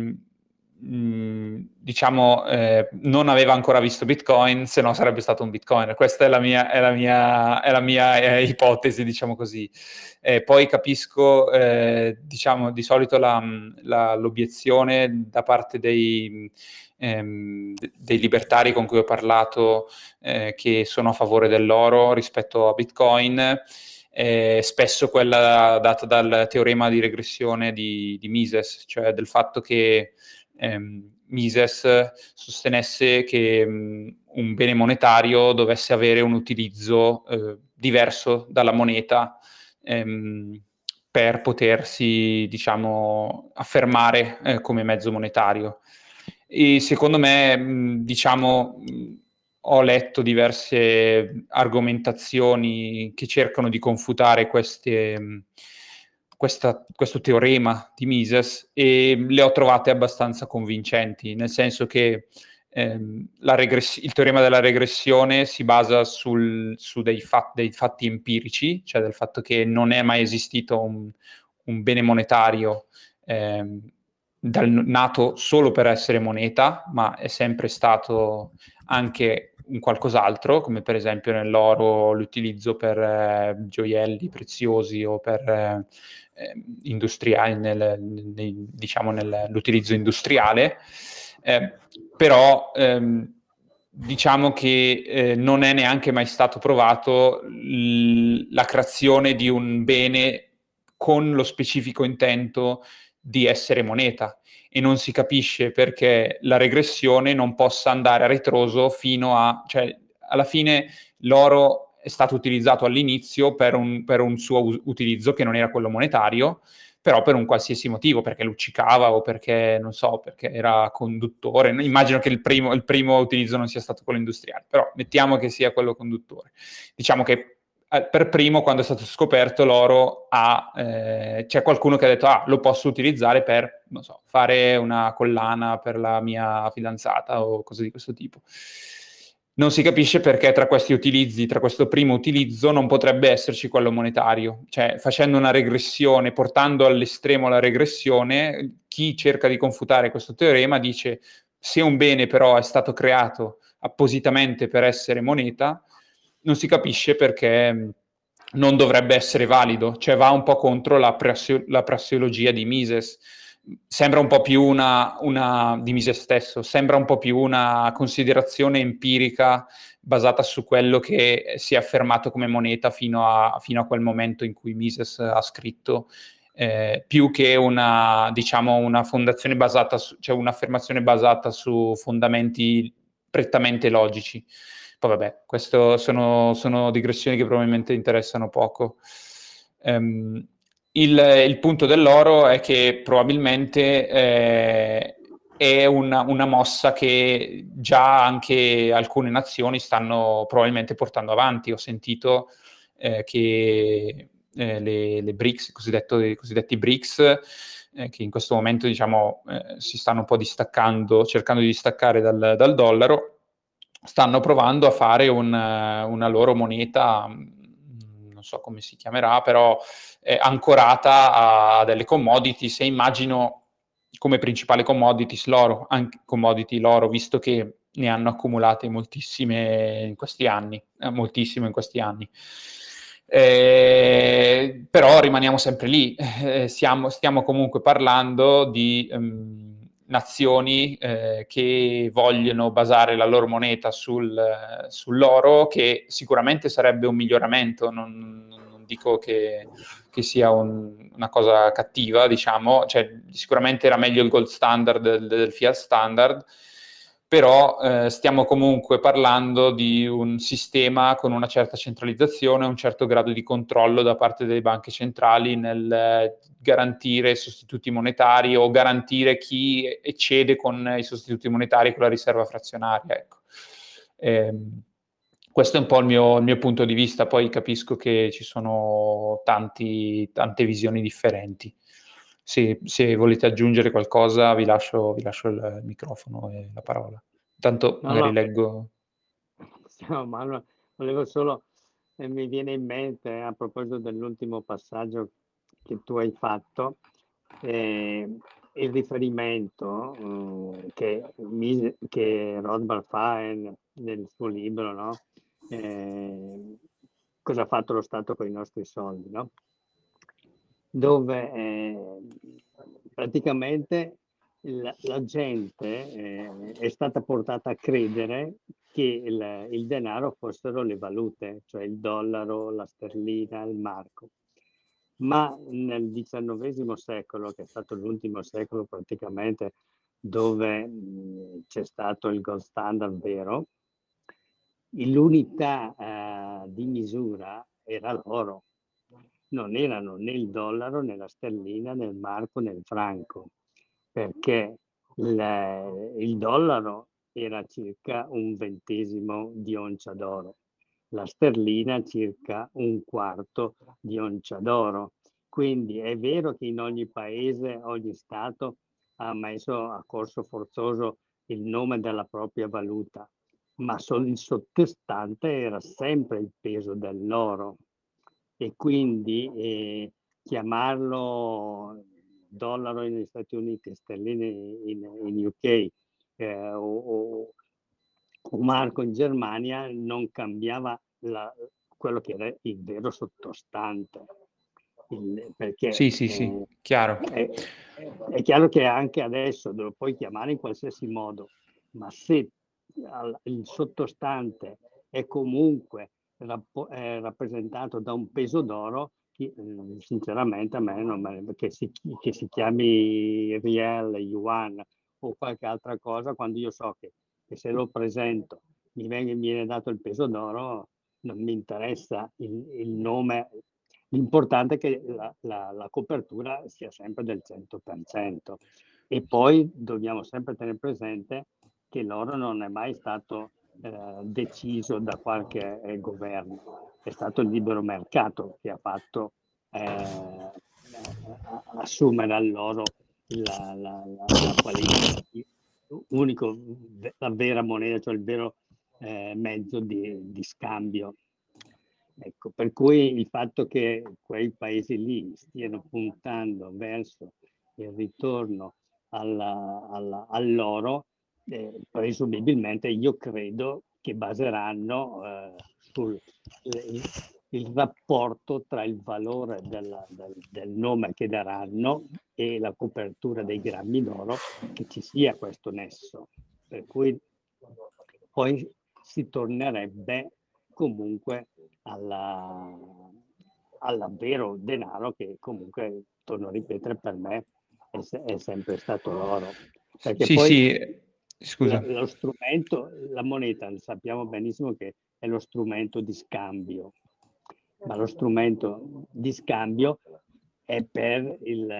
Speaker 1: diciamo non aveva ancora visto Bitcoin, se no sarebbe stato un Bitcoiner. Questa è la mia ipotesi, diciamo così. Poi capisco diciamo di solito l'obiezione da parte dei libertari con cui ho parlato che sono a favore dell'oro rispetto a Bitcoin. Spesso quella data dal teorema di regressione di Mises, cioè del fatto che Mises sostenesse che un bene monetario dovesse avere un utilizzo diverso dalla moneta per potersi, diciamo, affermare come mezzo monetario. E secondo me, diciamo, ho letto diverse argomentazioni che cercano di confutare questo teorema di Mises e le ho trovate abbastanza convincenti, nel senso che il teorema della regressione si basa su dei fatti empirici, cioè del fatto che non è mai esistito un bene monetario nato solo per essere moneta, ma è sempre stato anche un qualcos'altro, come per esempio nell'oro l'utilizzo per gioielli preziosi o per industriali, diciamo nell'utilizzo industriale, però diciamo che non è neanche mai stato provato la creazione di un bene con lo specifico intento di essere moneta, e non si capisce perché la regressione non possa andare a ritroso fino a... cioè alla fine l'oro è stato utilizzato all'inizio per un suo utilizzo che non era quello monetario, però per un qualsiasi motivo, perché luccicava o perché, non so, perché era conduttore. Immagino che il primo utilizzo non sia stato quello industriale, però mettiamo che sia quello conduttore. Diciamo che per primo, quando è stato scoperto l'oro, c'è qualcuno che ha detto lo posso utilizzare per, non so, fare una collana per la mia fidanzata o cose di questo tipo. Non si capisce perché tra questi utilizzi, tra questo primo utilizzo, non potrebbe esserci quello monetario. Cioè, facendo una regressione, portando all'estremo la regressione, chi cerca di confutare questo teorema dice: se un bene però è stato creato appositamente per essere moneta, non si capisce perché non dovrebbe essere valido, cioè va un po' contro la prassiologia di Mises. sembra un po' più di Mises stesso, sembra un po' più una considerazione empirica basata su quello che si è affermato come moneta fino a quel momento in cui Mises ha scritto, più che una fondazione basata cioè un'affermazione basata su fondamenti prettamente logici. Poi vabbè, questo sono digressioni che probabilmente interessano poco. Il punto dell'oro è che probabilmente è una mossa che già anche alcune nazioni stanno probabilmente portando avanti. Ho sentito che le BRICS, i cosiddetti BRICS, che in questo momento si stanno un po' distaccando, cercando di distaccare dal dollaro, stanno provando a fare una loro moneta, non so come si chiamerà, però ancorata a delle commodities, e immagino come principale commodities l'oro, visto che ne hanno accumulate moltissime in questi anni, moltissimo in questi anni. Però rimaniamo sempre lì, stiamo comunque parlando di nazioni che vogliono basare la loro moneta sull'oro, che sicuramente sarebbe un miglioramento, non dico che sia una cosa cattiva, diciamo, cioè sicuramente era meglio il gold standard del fiat standard, però stiamo comunque parlando di un sistema con una certa centralizzazione, un certo grado di controllo da parte delle banche centrali nel garantire sostituti monetari o garantire chi eccede con i sostituti monetari con la riserva frazionaria. Ecco. Questo è un po' il mio punto di vista, poi capisco che ci sono tante visioni differenti. Se volete aggiungere qualcosa vi lascio il microfono e la parola. Intanto magari leggo.
Speaker 3: No, ma volevo solo, mi viene in mente a proposito dell'ultimo passaggio che tu hai fatto, il riferimento che Rothbard fa nel suo libro, no? Cosa ha fatto lo Stato con i nostri soldi, no? Dove praticamente la gente è stata portata a credere che il denaro fossero le valute, cioè il dollaro, la sterlina, il marco. Ma nel XIX secolo, che è stato l'ultimo secolo praticamente dove c'è stato il gold standard vero, l'unità di misura era l'oro. Non erano né il dollaro, né la sterlina, né il marco, né il franco, perché il dollaro era circa 1/20 di oncia d'oro, la sterlina circa 1/4 di oncia d'oro. Quindi è vero che in ogni paese, ogni Stato ha messo a corso forzoso il nome della propria valuta, ma il sottostante era sempre il peso dell'oro. E quindi chiamarlo dollaro negli Stati Uniti, sterline in UK o marco in Germania non cambiava quello che era il vero sottostante. Perché
Speaker 1: Sì, chiaro.
Speaker 3: È chiaro che anche adesso lo puoi chiamare in qualsiasi modo, ma se il sottostante è comunque rappresentato da un peso d'oro, sinceramente a me non che si chiami riel, yuan o qualche altra cosa, quando io so che se lo presento mi viene dato il peso d'oro, non mi interessa il nome. L'importante è che la copertura sia sempre del 100%. E poi dobbiamo sempre tenere presente che l'oro non è mai stato deciso da qualche governo, è stato il libero mercato che ha fatto assumere all'oro la qualità, la vera moneta, cioè il vero mezzo di scambio. Ecco, per cui il fatto che quei paesi lì stiano puntando verso il ritorno all'oro, presumibilmente io credo che baseranno il rapporto tra il valore del nome che daranno e la copertura dei grammi d'oro, che ci sia questo nesso. Per cui poi si tornerebbe comunque all'avvero denaro, che comunque, torno a ripetere, per me è sempre stato l'oro. Perché
Speaker 1: Sì,
Speaker 3: poi
Speaker 1: sì, scusa.
Speaker 3: lo strumento, la moneta, sappiamo benissimo che è lo strumento di scambio, ma lo strumento di scambio è per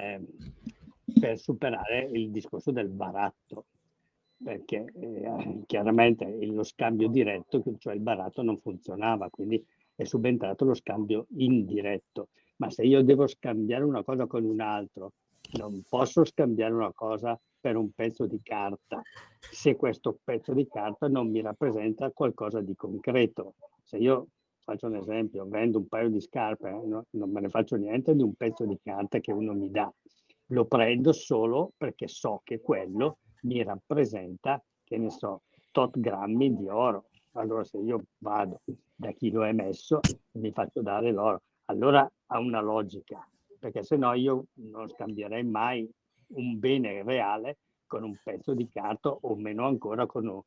Speaker 3: superare il discorso del baratto, perché chiaramente lo scambio diretto, cioè il baratto, non funzionava, quindi è subentrato lo scambio indiretto. Ma se io devo scambiare una cosa con un altro, non posso scambiare una cosa per un pezzo di carta, se questo pezzo di carta non mi rappresenta qualcosa di concreto. Se io faccio un esempio, vendo un paio di scarpe, non me ne faccio niente di un pezzo di carta che uno mi dà, lo prendo solo perché so che quello mi rappresenta, che ne so, tot grammi di oro. Allora se io vado da chi lo ha emesso e mi faccio dare l'oro, allora ha una logica, perché se no io non scambierei mai un bene reale con un pezzo di carta, o meno ancora con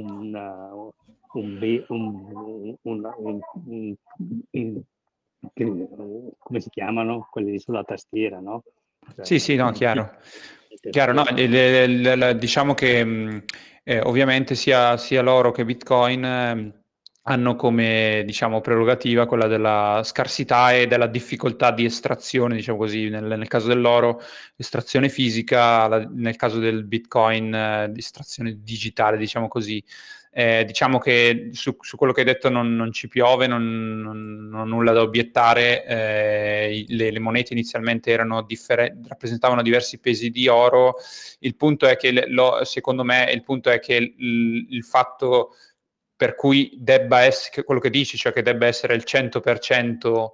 Speaker 3: come si chiamano quelli sulla tastiera, no? Cioè,
Speaker 1: Sì, sì, no, chiaro. Chiaro, no, diciamo che ovviamente sia l'oro che Bitcoin hanno come, diciamo, prerogativa quella della scarsità e della difficoltà di estrazione, diciamo così, nel caso dell'oro, estrazione fisica, nel caso del Bitcoin, estrazione digitale, diciamo così. Diciamo che su quello che hai detto non ci piove, non ho nulla da obiettare. Le monete inizialmente rappresentavano diversi pesi di oro. Il punto è che, secondo me, il punto è che il fatto per cui debba essere quello che dici, cioè che debba essere il 100%,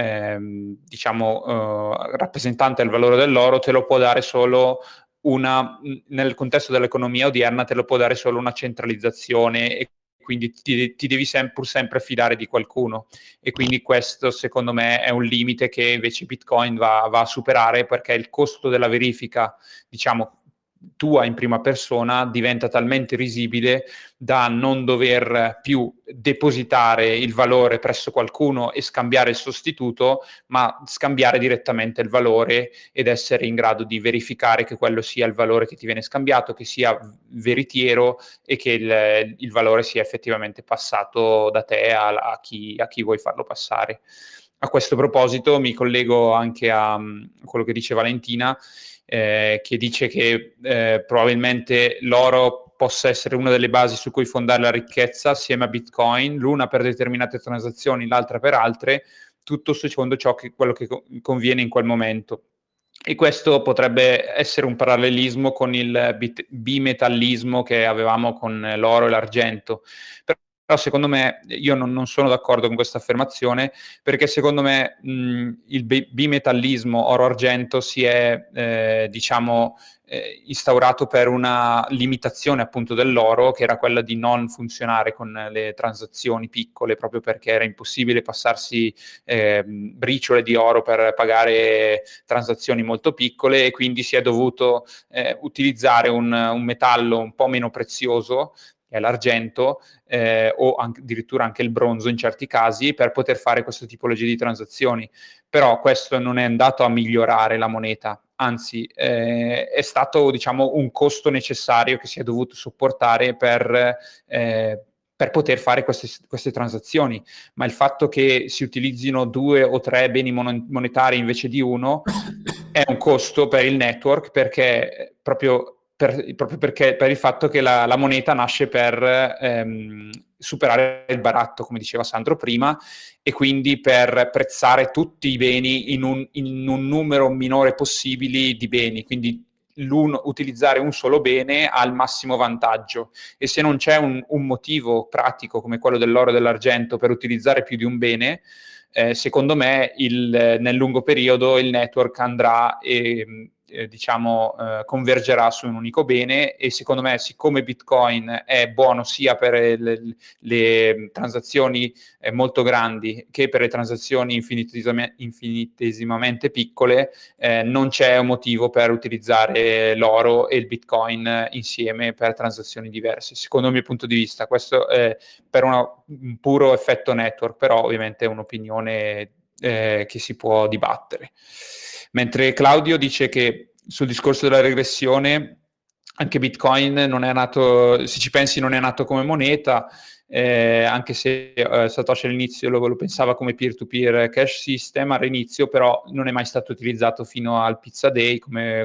Speaker 1: diciamo, rappresentante del valore dell'oro, te lo può dare solo nel contesto dell'economia odierna, te lo può dare solo una centralizzazione, e quindi ti devi pur sempre fidare di qualcuno, e quindi questo secondo me è un limite che invece Bitcoin va a superare, perché il costo della verifica, diciamo, tua in prima persona diventa talmente risibile da non dover più depositare il valore presso qualcuno e scambiare il sostituto, ma scambiare direttamente il valore ed essere in grado di verificare che quello sia il valore che ti viene scambiato, che sia veritiero e che il valore sia effettivamente passato da te a chi vuoi farlo passare. A questo proposito mi collego anche a quello che dice Valentina, che dice che probabilmente l'oro possa essere una delle basi su cui fondare la ricchezza assieme a Bitcoin, l'una per determinate transazioni, l'altra per altre, tutto secondo quello che conviene in quel momento. E questo potrebbe essere un parallelismo con il bimetallismo che avevamo con l'oro e l'argento. Però secondo me, io non sono d'accordo con questa affermazione, perché secondo me il bimetallismo oro-argento si è, diciamo, instaurato per una limitazione appunto dell'oro, che era quella di non funzionare con le transazioni piccole, proprio perché era impossibile passarsi briciole di oro per pagare transazioni molto piccole, e quindi si è dovuto utilizzare un metallo un po' meno prezioso, che è l'argento, o addirittura anche il bronzo in certi casi, per poter fare questa tipologia di transazioni. Però questo non è andato a migliorare la moneta, anzi è stato, diciamo, un costo necessario che si è dovuto sopportare per poter fare queste transazioni. Ma il fatto che si utilizzino 2 o 3 beni monetari invece di uno è un costo per il network, perché proprio perché per il fatto che la moneta nasce per superare il baratto, come diceva Sandro prima, e quindi per prezzare tutti i beni in un numero minore possibile di beni, quindi utilizzare un solo bene ha il massimo vantaggio. E se non c'è un motivo pratico come quello dell'oro e dell'argento per utilizzare più di un bene, secondo me nel lungo periodo il network andrà convergerà su un unico bene, e secondo me, siccome Bitcoin è buono sia per le transazioni molto grandi che per le transazioni infinitesimamente piccole, non c'è un motivo per utilizzare l'oro e il Bitcoin insieme per transazioni diverse. Secondo il mio punto di vista, questo è per un puro effetto network, però ovviamente è un'opinione che si può dibattere. Mentre Claudio dice che sul discorso della regressione anche Bitcoin non è nato, se ci pensi, non è nato come moneta, anche se Satoshi all'inizio lo pensava come peer-to-peer cash system all'inizio, però non è mai stato utilizzato fino al Pizza Day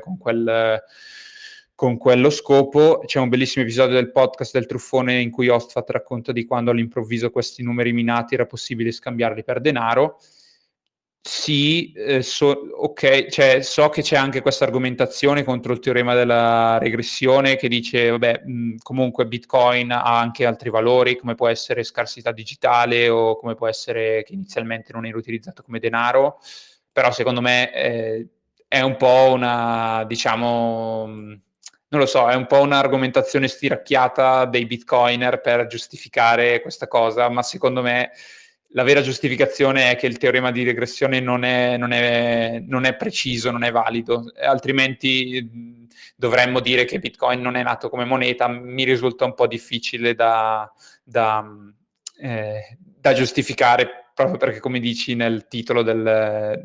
Speaker 1: con quello scopo. C'è un bellissimo episodio del podcast del Truffone in cui Ostfat racconta di quando all'improvviso questi numeri minati era possibile scambiarli per denaro. Sì, ok, cioè, so che c'è anche questa argomentazione contro il teorema della regressione che dice, vabbè, comunque Bitcoin ha anche altri valori, come può essere scarsità digitale o come può essere che inizialmente non era utilizzato come denaro, però secondo me è un po' una, diciamo, non lo so, è un po' un'argomentazione stiracchiata dei Bitcoiner per giustificare questa cosa, ma secondo me la vera giustificazione è che il teorema di regressione non è preciso, non è valido, altrimenti dovremmo dire che Bitcoin non è nato come moneta. Mi risulta un po' difficile da giustificare, proprio perché, come dici nel titolo del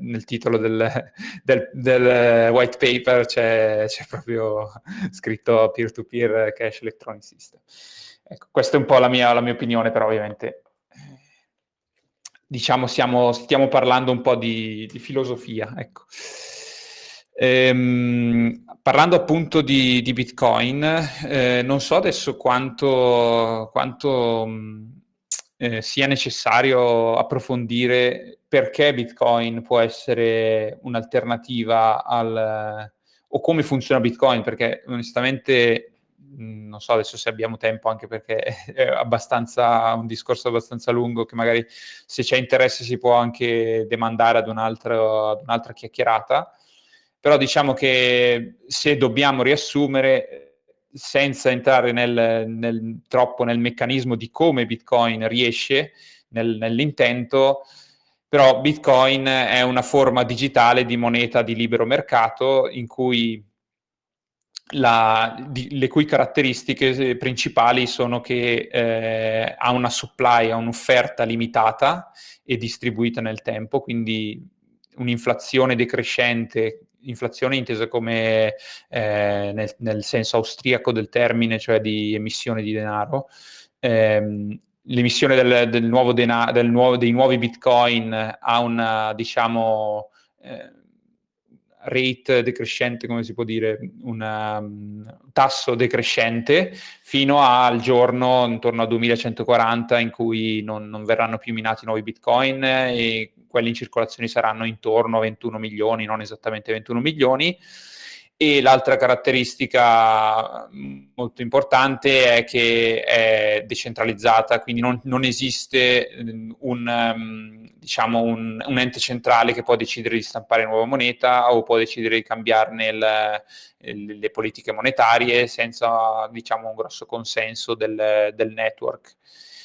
Speaker 1: white paper, c'è proprio scritto peer-to-peer cash electronic system. Ecco, questa è un po' la mia opinione, però ovviamente diciamo stiamo parlando un po' di filosofia, ecco. Parlando appunto di Bitcoin, non so adesso quanto sia necessario approfondire perché Bitcoin può essere un'alternativa o come funziona Bitcoin, perché onestamente non so adesso se abbiamo tempo, anche perché è un discorso abbastanza lungo che magari, se c'è interesse, si può anche demandare ad un'altra chiacchierata. Però diciamo che se dobbiamo riassumere, senza entrare troppo nel meccanismo di come Bitcoin riesce nell'intento, però Bitcoin è una forma digitale di moneta di libero mercato in cui le cui caratteristiche principali sono che ha una supply, ha un'offerta limitata e distribuita nel tempo, quindi un'inflazione decrescente, inflazione intesa come nel senso austriaco del termine, cioè di emissione di denaro. L'emissione dei nuovi Bitcoin ha una, diciamo, rate decrescente, come si può dire, un tasso decrescente fino al giorno intorno al 2140 in cui non verranno più minati nuovi Bitcoin e quelli in circolazione saranno intorno a 21 milioni, non esattamente 21 milioni. E l'altra caratteristica molto importante è che è decentralizzata, quindi non esiste un ente centrale che può decidere di stampare nuova moneta o può decidere di cambiarne le politiche monetarie senza, diciamo, un grosso consenso del network.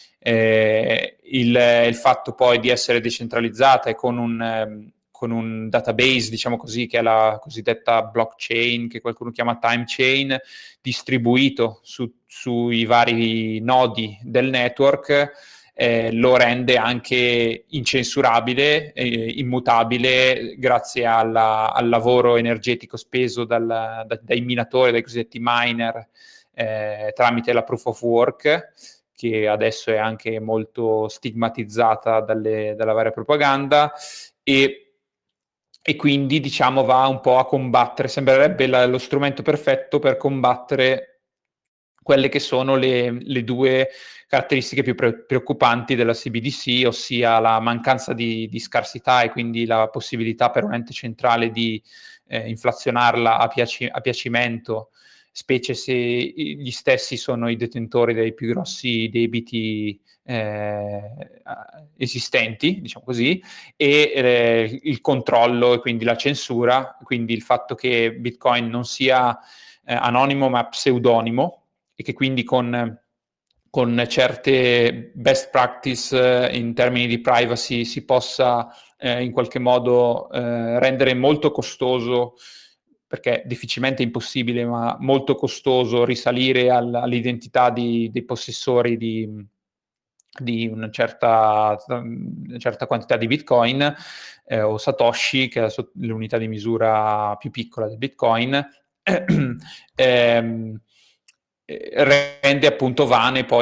Speaker 1: Il fatto poi di essere decentralizzata e con un database, diciamo così, che è la cosiddetta blockchain, che qualcuno chiama time chain, distribuito sui vari nodi del network, lo rende anche incensurabile, immutabile, grazie al lavoro energetico speso dai minatori, dai cosiddetti miner, tramite la proof of work, che adesso è anche molto stigmatizzata dalla varia propaganda, e quindi, diciamo, va un po' a combattere, sembrerebbe lo strumento perfetto per combattere quelle che sono le due caratteristiche più preoccupanti della CBDC, ossia la mancanza di scarsità e quindi la possibilità per un ente centrale di inflazionarla a piacimento specie se gli stessi sono i detentori dei più grossi debiti esistenti, diciamo così, e il controllo e quindi la censura, quindi il fatto che Bitcoin non sia anonimo ma pseudonimo, e che quindi con certe best practice in termini di privacy si possa in qualche modo rendere molto costoso, perché difficilmente impossibile, ma molto costoso risalire all'identità dei possessori di una certa quantità di Bitcoin o Satoshi, che è l'unità di misura più piccola del Bitcoin, rende appunto vane poi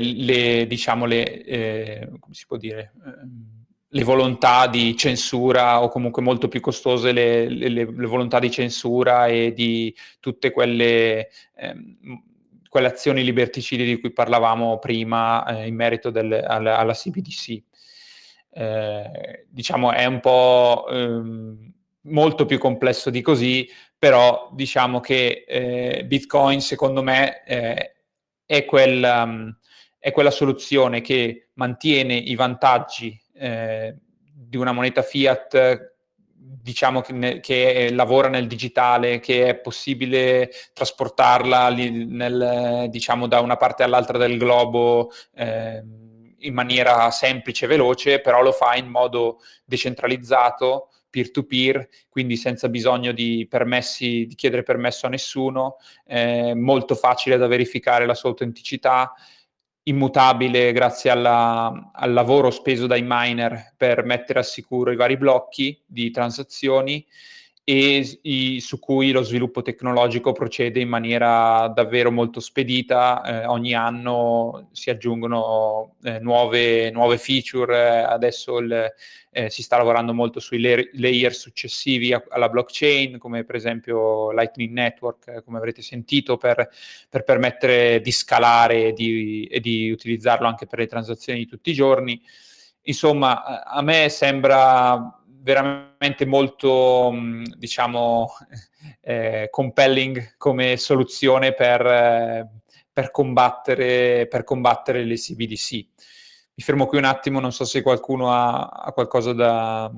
Speaker 1: come si può dire, le volontà di censura, o comunque molto più costose le volontà di censura e di tutte quelle azioni liberticide di cui parlavamo prima in merito alla CBDC. Diciamo è un po' molto più complesso di così, però diciamo che Bitcoin secondo me è quella soluzione che mantiene i vantaggi di una moneta fiat, diciamo che lavora nel digitale, che è possibile trasportarla diciamo da una parte all'altra del globo in maniera semplice e veloce, però lo fa in modo decentralizzato, peer-to-peer, quindi senza bisogno di chiedere permesso a nessuno, molto facile da verificare la sua autenticità, immutabile grazie al lavoro speso dai miner per mettere al sicuro i vari blocchi di transazioni, e su cui lo sviluppo tecnologico procede in maniera davvero molto spedita. Ogni anno si aggiungono nuove feature, adesso si sta lavorando molto sui layer successivi alla blockchain, come per esempio Lightning Network, come avrete sentito, per permettere di scalare e di utilizzarlo anche per le transazioni di tutti i giorni. Insomma, a me sembra veramente molto, diciamo, compelling come soluzione per combattere le CBDC. Mi fermo qui un attimo, non so se qualcuno ha qualcosa da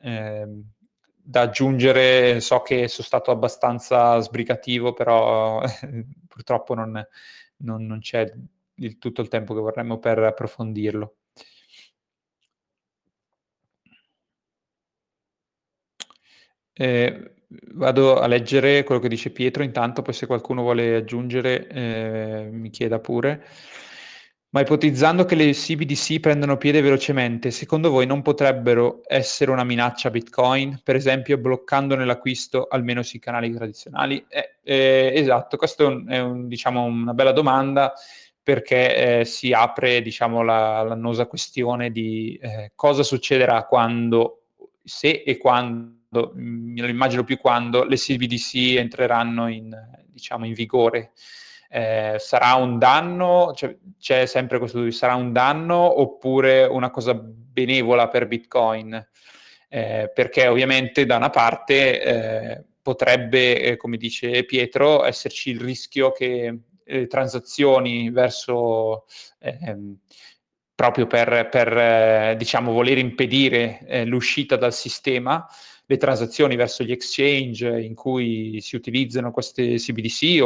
Speaker 1: aggiungere. So che sono stato abbastanza sbrigativo, però purtroppo non c'è tutto il tempo che vorremmo per approfondirlo. Vado a leggere quello che dice Pietro intanto, poi se qualcuno vuole aggiungere mi chieda pure. Ma ipotizzando che le CBDC prendano piede velocemente, secondo voi non potrebbero essere una minaccia a Bitcoin, per esempio bloccandone l'acquisto almeno sui canali tradizionali? Esatto, questa diciamo, una bella domanda, perché si apre, diciamo, l'annosa questione di cosa succederà quando, se e quando, me lo immagino più quando, le CBDC entreranno diciamo, in vigore. Sarà un danno? C'è sempre questo dubbio: sarà un danno oppure una cosa benevola per Bitcoin? Perché ovviamente da una parte potrebbe, come dice Pietro, esserci il rischio che transazioni verso proprio per diciamo voler impedire l'uscita dal sistema, le transazioni verso gli exchange in cui si utilizzano queste CBDC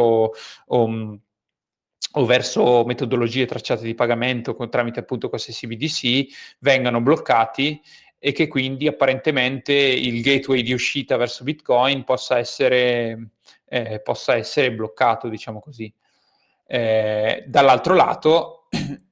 Speaker 1: o verso metodologie tracciate di pagamento tramite appunto queste CBDC, vengano bloccati, e che quindi apparentemente il gateway di uscita verso Bitcoin possa essere bloccato, diciamo così. Dall'altro lato,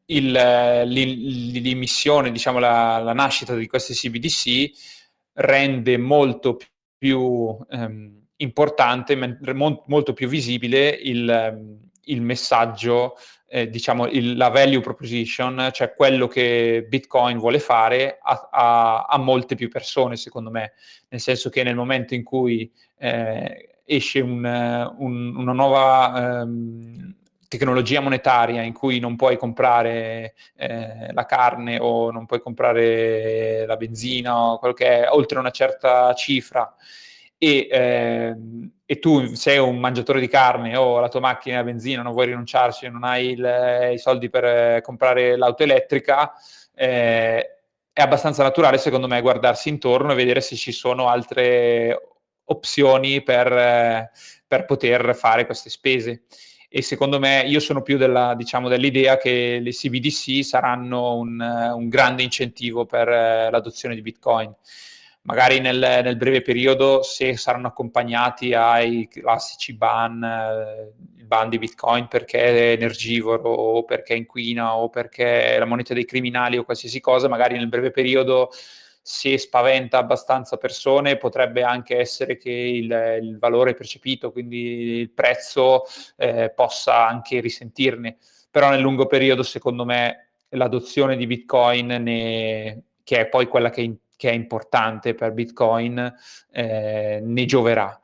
Speaker 1: l'emissione, diciamo la nascita di queste CBDC rende molto più importante, molto più visibile il messaggio, diciamo la value proposition, cioè quello che Bitcoin vuole fare a molte più persone, secondo me, nel senso che nel momento in cui esce una nuova tecnologia monetaria in cui non puoi comprare la carne o non puoi comprare la benzina o quello che è oltre una certa cifra, e tu sei un mangiatore di carne o la tua macchina a benzina non vuoi rinunciarci, non hai i soldi per comprare l'auto elettrica, è abbastanza naturale secondo me guardarsi intorno e vedere se ci sono altre opzioni per poter fare queste spese. E secondo me io sono più dell'idea che le CBDC saranno un grande incentivo per l'adozione di Bitcoin. Magari nel breve periodo, se saranno accompagnati ai classici ban, il ban di Bitcoin perché è energivoro o perché inquina o perché è la moneta dei criminali o qualsiasi cosa, magari nel breve periodo, se spaventa abbastanza persone, potrebbe anche essere che il valore percepito, quindi il prezzo, possa anche risentirne. Però nel lungo periodo, secondo me, l'adozione di Bitcoin, che è poi quella che è importante per Bitcoin, ne gioverà.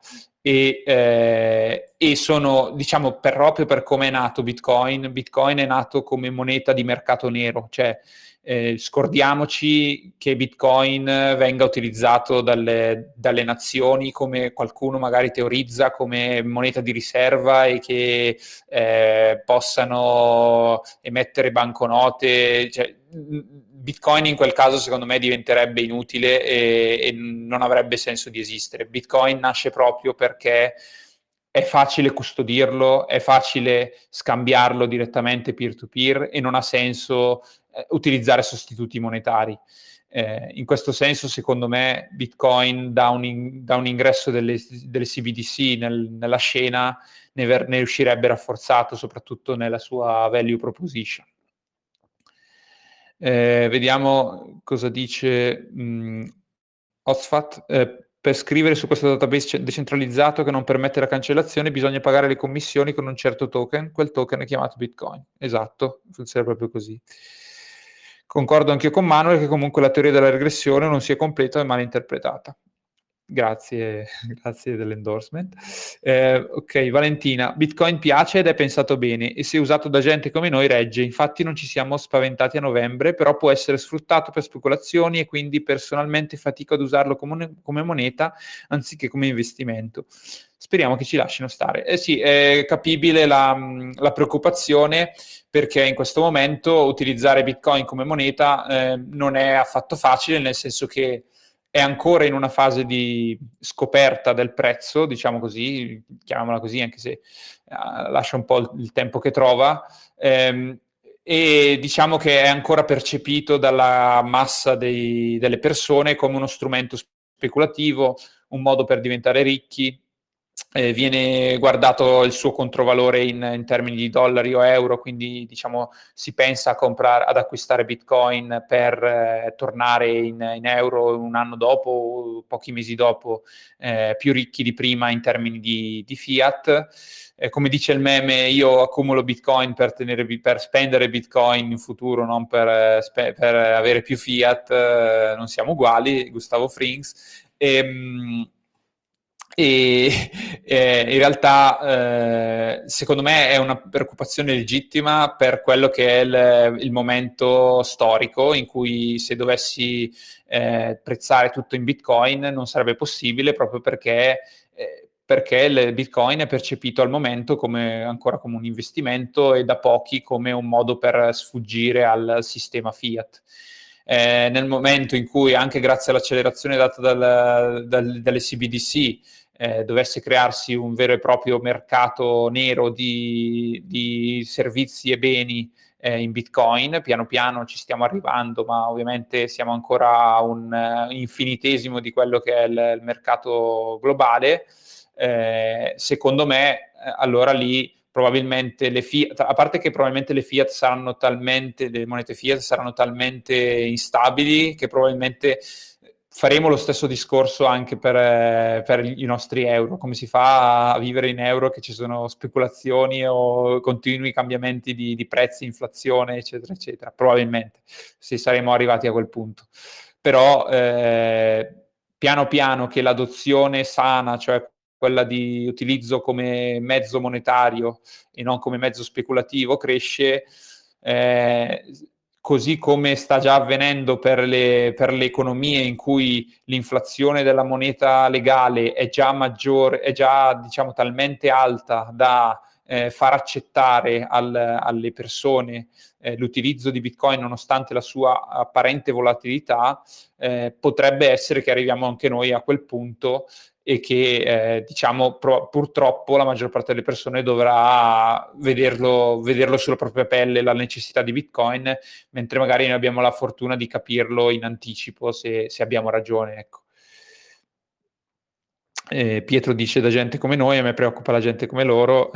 Speaker 1: E sono, diciamo, proprio per come è nato Bitcoin è nato come moneta di mercato nero, cioè scordiamoci che Bitcoin venga utilizzato dalle nazioni come qualcuno magari teorizza come moneta di riserva e che possano emettere banconote, cioè, Bitcoin in quel caso secondo me diventerebbe inutile e non avrebbe senso di esistere. Bitcoin nasce proprio perché è facile custodirlo, è facile scambiarlo direttamente peer-to-peer e non ha senso utilizzare sostituti monetari. In questo senso, secondo me, Bitcoin da un ingresso delle CBDC nella scena ne uscirebbe rafforzato, soprattutto nella sua value proposition. Vediamo cosa dice Osfat. Per scrivere su questo database decentralizzato che non permette la cancellazione bisogna pagare le commissioni con un certo token, quel token è chiamato Bitcoin. Esatto, funziona proprio così. Concordo anche io con Manuel che comunque la teoria della regressione non sia completa e mal interpretata. Grazie, grazie dell'endorsement. Ok, Valentina, Bitcoin piace ed è pensato bene e se usato da gente come noi regge, infatti non ci siamo spaventati a novembre, però può essere sfruttato per speculazioni e quindi personalmente fatico ad usarlo come moneta anziché come investimento. Speriamo che ci lasciano stare. Sì, è capibile la preoccupazione perché in questo momento utilizzare Bitcoin come moneta non è affatto facile, nel senso che è ancora in una fase di scoperta del prezzo, diciamo così, chiamiamola così, anche se lascia un po' il tempo che trova, e diciamo che è ancora percepito dalla massa delle persone come uno strumento speculativo, un modo per diventare ricchi. Viene guardato il suo controvalore in termini di dollari o euro, quindi diciamo si pensa ad acquistare Bitcoin per tornare in euro un anno dopo o pochi mesi dopo più ricchi di prima in termini di fiat. Come dice il meme, io accumulo Bitcoin per spendere Bitcoin in futuro, non per avere più fiat, non siamo uguali, Gustavo Frings. E in realtà secondo me è una preoccupazione legittima per quello che è il momento storico in cui se dovessi prezzare tutto in Bitcoin non sarebbe possibile proprio perché il Bitcoin è percepito al momento ancora come un investimento e da pochi come un modo per sfuggire al sistema fiat. Nel momento in cui anche grazie all'accelerazione data dalle CBDC dovesse crearsi un vero e proprio mercato nero di servizi e beni in Bitcoin, piano piano ci stiamo arrivando, ma ovviamente siamo ancora a un infinitesimo di quello che è il mercato globale. Secondo me, allora lì probabilmente le fiat, a parte che probabilmente le monete fiat saranno talmente instabili che probabilmente faremo lo stesso discorso anche per i nostri euro, come si fa a vivere in euro che ci sono speculazioni o continui cambiamenti di prezzi, inflazione, eccetera, eccetera, probabilmente, se saremo arrivati a quel punto. Però piano piano che l'adozione sana, cioè quella di utilizzo come mezzo monetario e non come mezzo speculativo, cresce, così come sta già avvenendo per le economie in cui l'inflazione della moneta legale è già maggiore, è già diciamo talmente alta da far accettare alle persone l'utilizzo di Bitcoin nonostante la sua apparente volatilità, potrebbe essere che arriviamo anche noi a quel punto e che diciamo purtroppo la maggior parte delle persone dovrà vederlo sulla propria pelle la necessità di Bitcoin, mentre magari noi abbiamo la fortuna di capirlo in anticipo se abbiamo ragione, ecco. Pietro dice da gente come noi, a me preoccupa la gente come loro,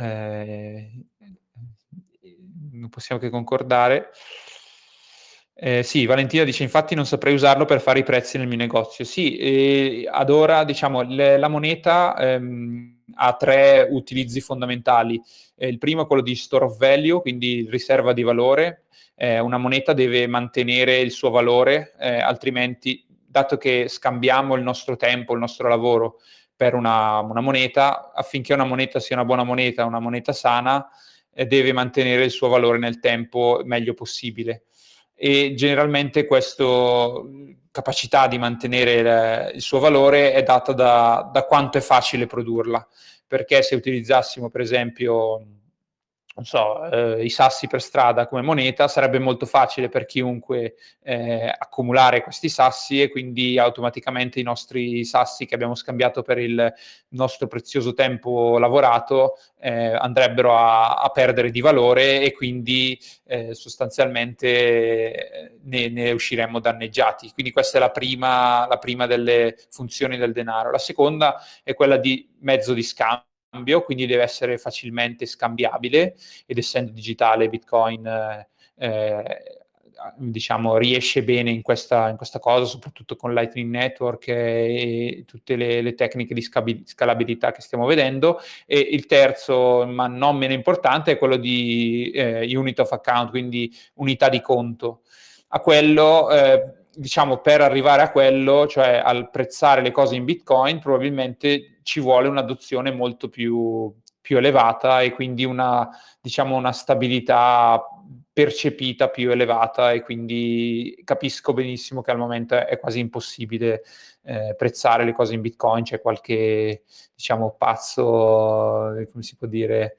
Speaker 1: non possiamo che concordare. Sì, Valentina dice infatti non saprei usarlo per fare i prezzi nel mio negozio. Sì, ad ora diciamo la moneta ha 3 utilizzi fondamentali. Il primo è quello di store of value, quindi riserva di valore. Una moneta deve mantenere il suo valore, altrimenti, dato che scambiamo il nostro tempo, il nostro lavoro per una moneta, affinché una moneta sia una moneta sana, deve mantenere il suo valore nel tempo meglio possibile. E generalmente questa capacità di mantenere il suo valore è data da quanto è facile produrla, perché se utilizzassimo per esempio non so, i sassi per strada come moneta, sarebbe molto facile per chiunque accumulare questi sassi e quindi automaticamente i nostri sassi che abbiamo scambiato per il nostro prezioso tempo lavorato andrebbero a perdere di valore e quindi sostanzialmente ne usciremmo danneggiati. Quindi questa è la prima delle funzioni del denaro. La seconda è quella di mezzo di scambio, quindi deve essere facilmente scambiabile ed essendo digitale Bitcoin diciamo riesce bene in questa cosa, soprattutto con Lightning Network e tutte le tecniche di scalabilità che stiamo vedendo. E il terzo, ma non meno importante, è quello di unit of account, quindi unità di conto. A quello diciamo per arrivare a quello, cioè al prezzare le cose in Bitcoin, probabilmente ci vuole un'adozione molto più elevata e quindi una stabilità percepita più elevata e quindi capisco benissimo che al momento è quasi impossibile prezzare le cose in Bitcoin, c'è qualche diciamo pazzo, come si può dire,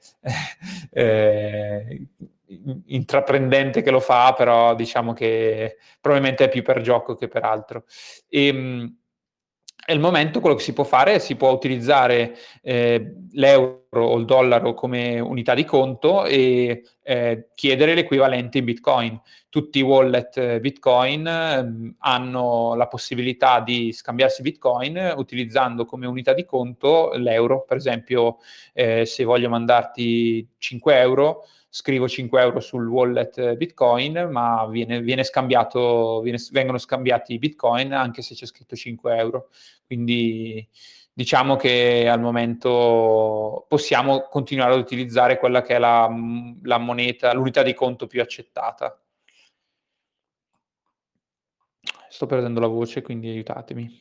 Speaker 1: intraprendente che lo fa, però diciamo che probabilmente è più per gioco che per altro. E al momento quello che si può fare è si può utilizzare l'euro o il dollaro come unità di conto e chiedere l'equivalente in Bitcoin. Tutti i wallet Bitcoin hanno la possibilità di scambiarsi Bitcoin utilizzando come unità di conto l'euro. Per esempio, se voglio mandarti 5 euro, scrivo 5 euro sul wallet Bitcoin, ma vengono scambiati Bitcoin anche se c'è scritto 5 euro. Quindi diciamo che al momento possiamo continuare ad utilizzare quella che è la moneta, l'unità di conto più accettata. Sto perdendo la voce, quindi aiutatemi.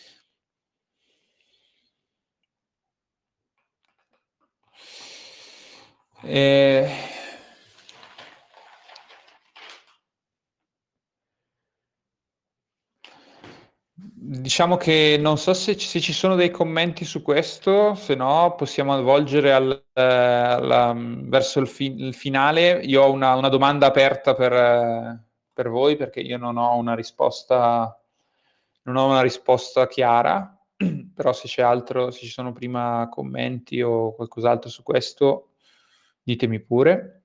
Speaker 1: Diciamo che non so se ci sono dei commenti su questo, se no possiamo volgere verso il finale. Io ho una domanda aperta per voi perché io non ho una risposta chiara, però se c'è altro, se ci sono prima commenti o qualcos'altro su questo, ditemi pure.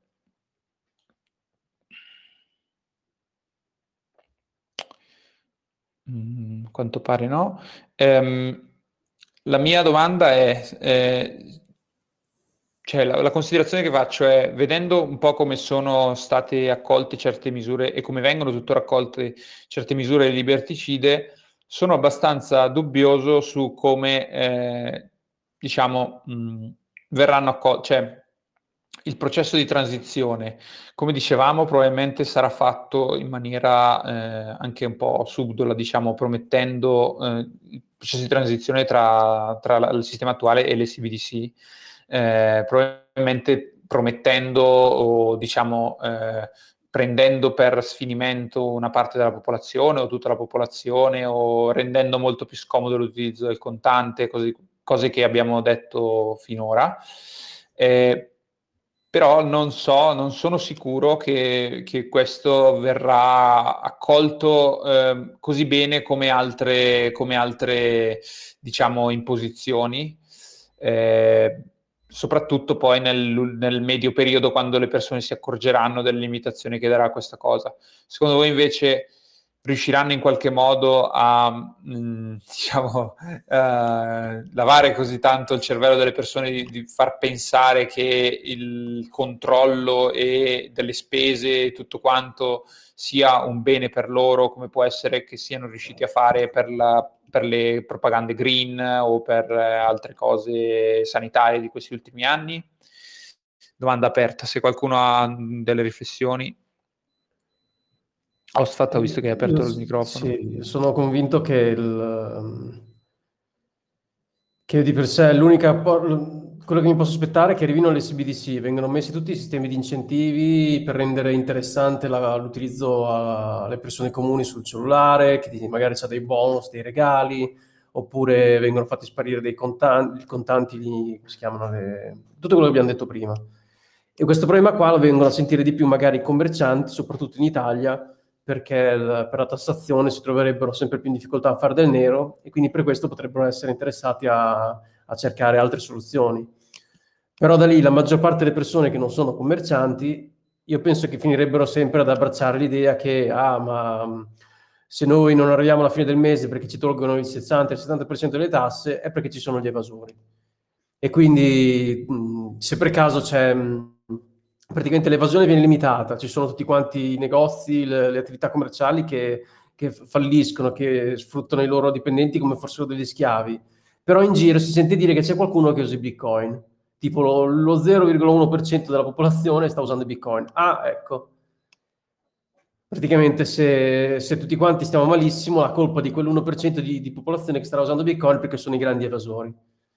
Speaker 1: Quanto pare no. La mia domanda è, cioè la considerazione che faccio è, vedendo un po' come sono state accolte certe misure e come vengono tuttora accolte certe misure liberticide, sono abbastanza dubbioso su come, diciamo, verranno accolte, cioè il processo di transizione, come dicevamo, probabilmente sarà fatto in maniera anche un po' subdola, diciamo, promettendo il processo di transizione tra il sistema attuale e le CBDC, probabilmente promettendo o diciamo prendendo per sfinimento una parte della popolazione o tutta la popolazione, o rendendo molto più scomodo l'utilizzo del contante, cose che abbiamo detto finora. Però non sono sicuro che questo verrà accolto così bene come altre diciamo, imposizioni, soprattutto poi nel medio periodo, quando le persone si accorgeranno delle limitazioni che darà questa cosa. Secondo voi invece riusciranno in qualche modo a diciamo, lavare così tanto il cervello delle persone di far pensare che il controllo e delle spese e tutto quanto sia un bene per loro, come può essere che siano riusciti a fare per le propagande green o per altre cose sanitarie di questi ultimi anni? Domanda aperta, se qualcuno ha delle riflessioni. Ho visto che hai aperto il microfono.
Speaker 2: Sì, sono convinto che di per sé quello che mi posso aspettare è che arrivino le CBDC, vengono messi tutti i sistemi di incentivi per rendere interessante l'utilizzo alle persone comuni sul cellulare, che magari c'ha dei bonus, dei regali, oppure vengono fatti sparire dei contanti, come si chiamano, tutto quello che abbiamo detto prima. E questo problema qua lo vengono a sentire di più magari i commercianti, soprattutto in Italia, perché per la tassazione si troverebbero sempre più in difficoltà a fare del nero e quindi per questo potrebbero essere interessati a cercare altre soluzioni. Però da lì la maggior parte delle persone che non sono commercianti, io penso che finirebbero sempre ad abbracciare l'idea che ma se noi non arriviamo alla fine del mese perché ci tolgono il 60-70% delle tasse è perché ci sono gli evasori. E quindi se per caso c'è praticamente l'evasione viene limitata, ci sono tutti quanti i negozi, le attività commerciali che falliscono, che sfruttano i loro dipendenti come fossero degli schiavi, però in giro si sente dire che c'è qualcuno che usa i bitcoin, tipo lo 0,1% della popolazione sta usando i bitcoin. Ah, ecco. Praticamente se tutti quanti stiamo malissimo, la colpa di quell'1% di popolazione che sta usando bitcoin perché sono i grandi evasori.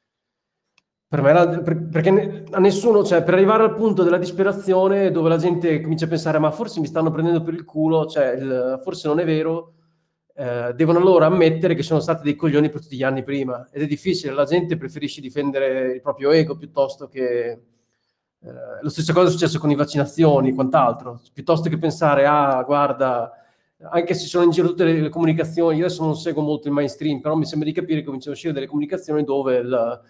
Speaker 2: Per me, perché a nessuno, cioè per arrivare al punto della disperazione dove la gente comincia a pensare ma forse mi stanno prendendo per il culo, cioè forse non è vero, devono loro ammettere che sono stati dei coglioni per tutti gli anni prima ed è difficile, la gente preferisce difendere il proprio ego piuttosto che lo stesso cosa è successo con le vaccinazioni e quant'altro, piuttosto che pensare guarda, anche se sono in giro tutte le comunicazioni, io adesso non seguo molto il mainstream, però mi sembra di capire che cominciano a uscire delle comunicazioni dove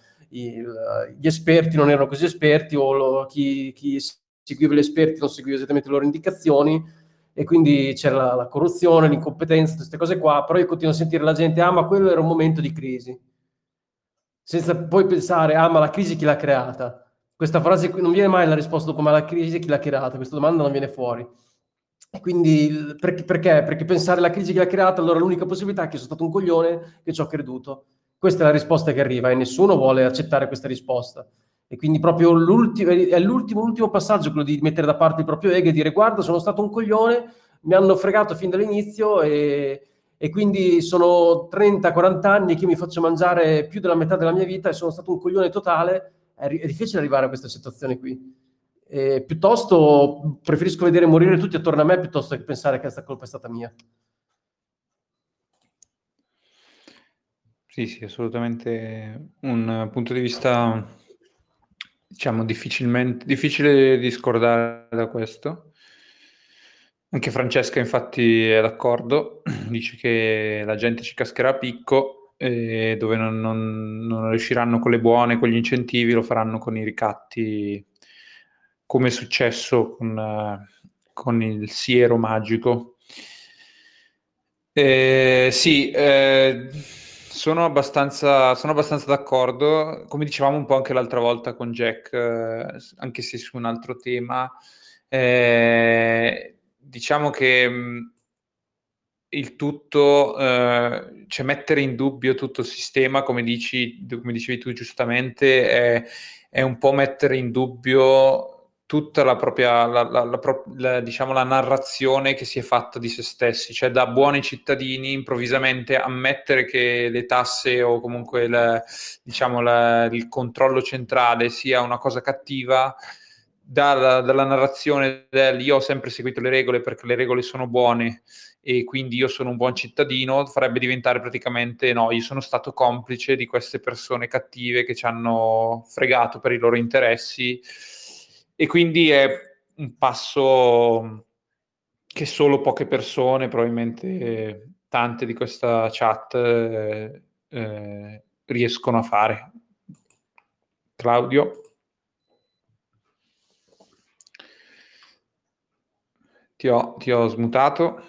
Speaker 2: gli esperti non erano così esperti o chi seguiva gli esperti non seguiva esattamente le loro indicazioni e quindi c'era la corruzione, l'incompetenza, queste cose qua, però io continuo a sentire la gente, ma quello era un momento di crisi, senza poi pensare, ma la crisi chi l'ha creata? Questa frase qui non viene mai la risposta dopo, ma la crisi chi l'ha creata? Questa domanda non viene fuori. E quindi perché? Perché pensare alla crisi che l'ha creata, allora l'unica possibilità è che sono stato un coglione che ci ho creduto. Questa è la risposta che arriva e nessuno vuole accettare questa risposta. E quindi proprio è l'ultimo passaggio quello di mettere da parte il proprio ego e dire guarda, sono stato un coglione, mi hanno fregato fin dall'inizio e quindi sono 30-40 anni che mi faccio mangiare più della metà della mia vita e sono stato un coglione totale. È difficile arrivare a questa situazione qui. Piuttosto preferisco vedere morire tutti attorno a me piuttosto che pensare che questa colpa è stata mia.
Speaker 1: Sì, assolutamente un punto di vista, diciamo, difficile di scordare da questo. Anche Francesca infatti è d'accordo, dice che la gente ci cascherà a picco e dove non riusciranno con le buone, con gli incentivi, lo faranno con i ricatti, come è successo con il siero magico. Sì, sono abbastanza d'accordo, come dicevamo un po' anche l'altra volta con Jack, anche se su un altro tema, diciamo che il tutto, cioè mettere in dubbio tutto il sistema, come dicevi tu giustamente, è un po' mettere in dubbio tutta la propria, diciamo, la narrazione che si è fatta di se stessi, cioè da buoni cittadini improvvisamente ammettere che le tasse o comunque diciamo il controllo centrale sia una cosa cattiva dalla narrazione del io ho sempre seguito le regole perché le regole sono buone e quindi io sono un buon cittadino, farebbe diventare praticamente no, io sono stato complice di queste persone cattive che ci hanno fregato per i loro interessi, e quindi è un passo che solo poche persone, probabilmente tante di questa chat, riescono a fare. Claudio? Ti ho smutato.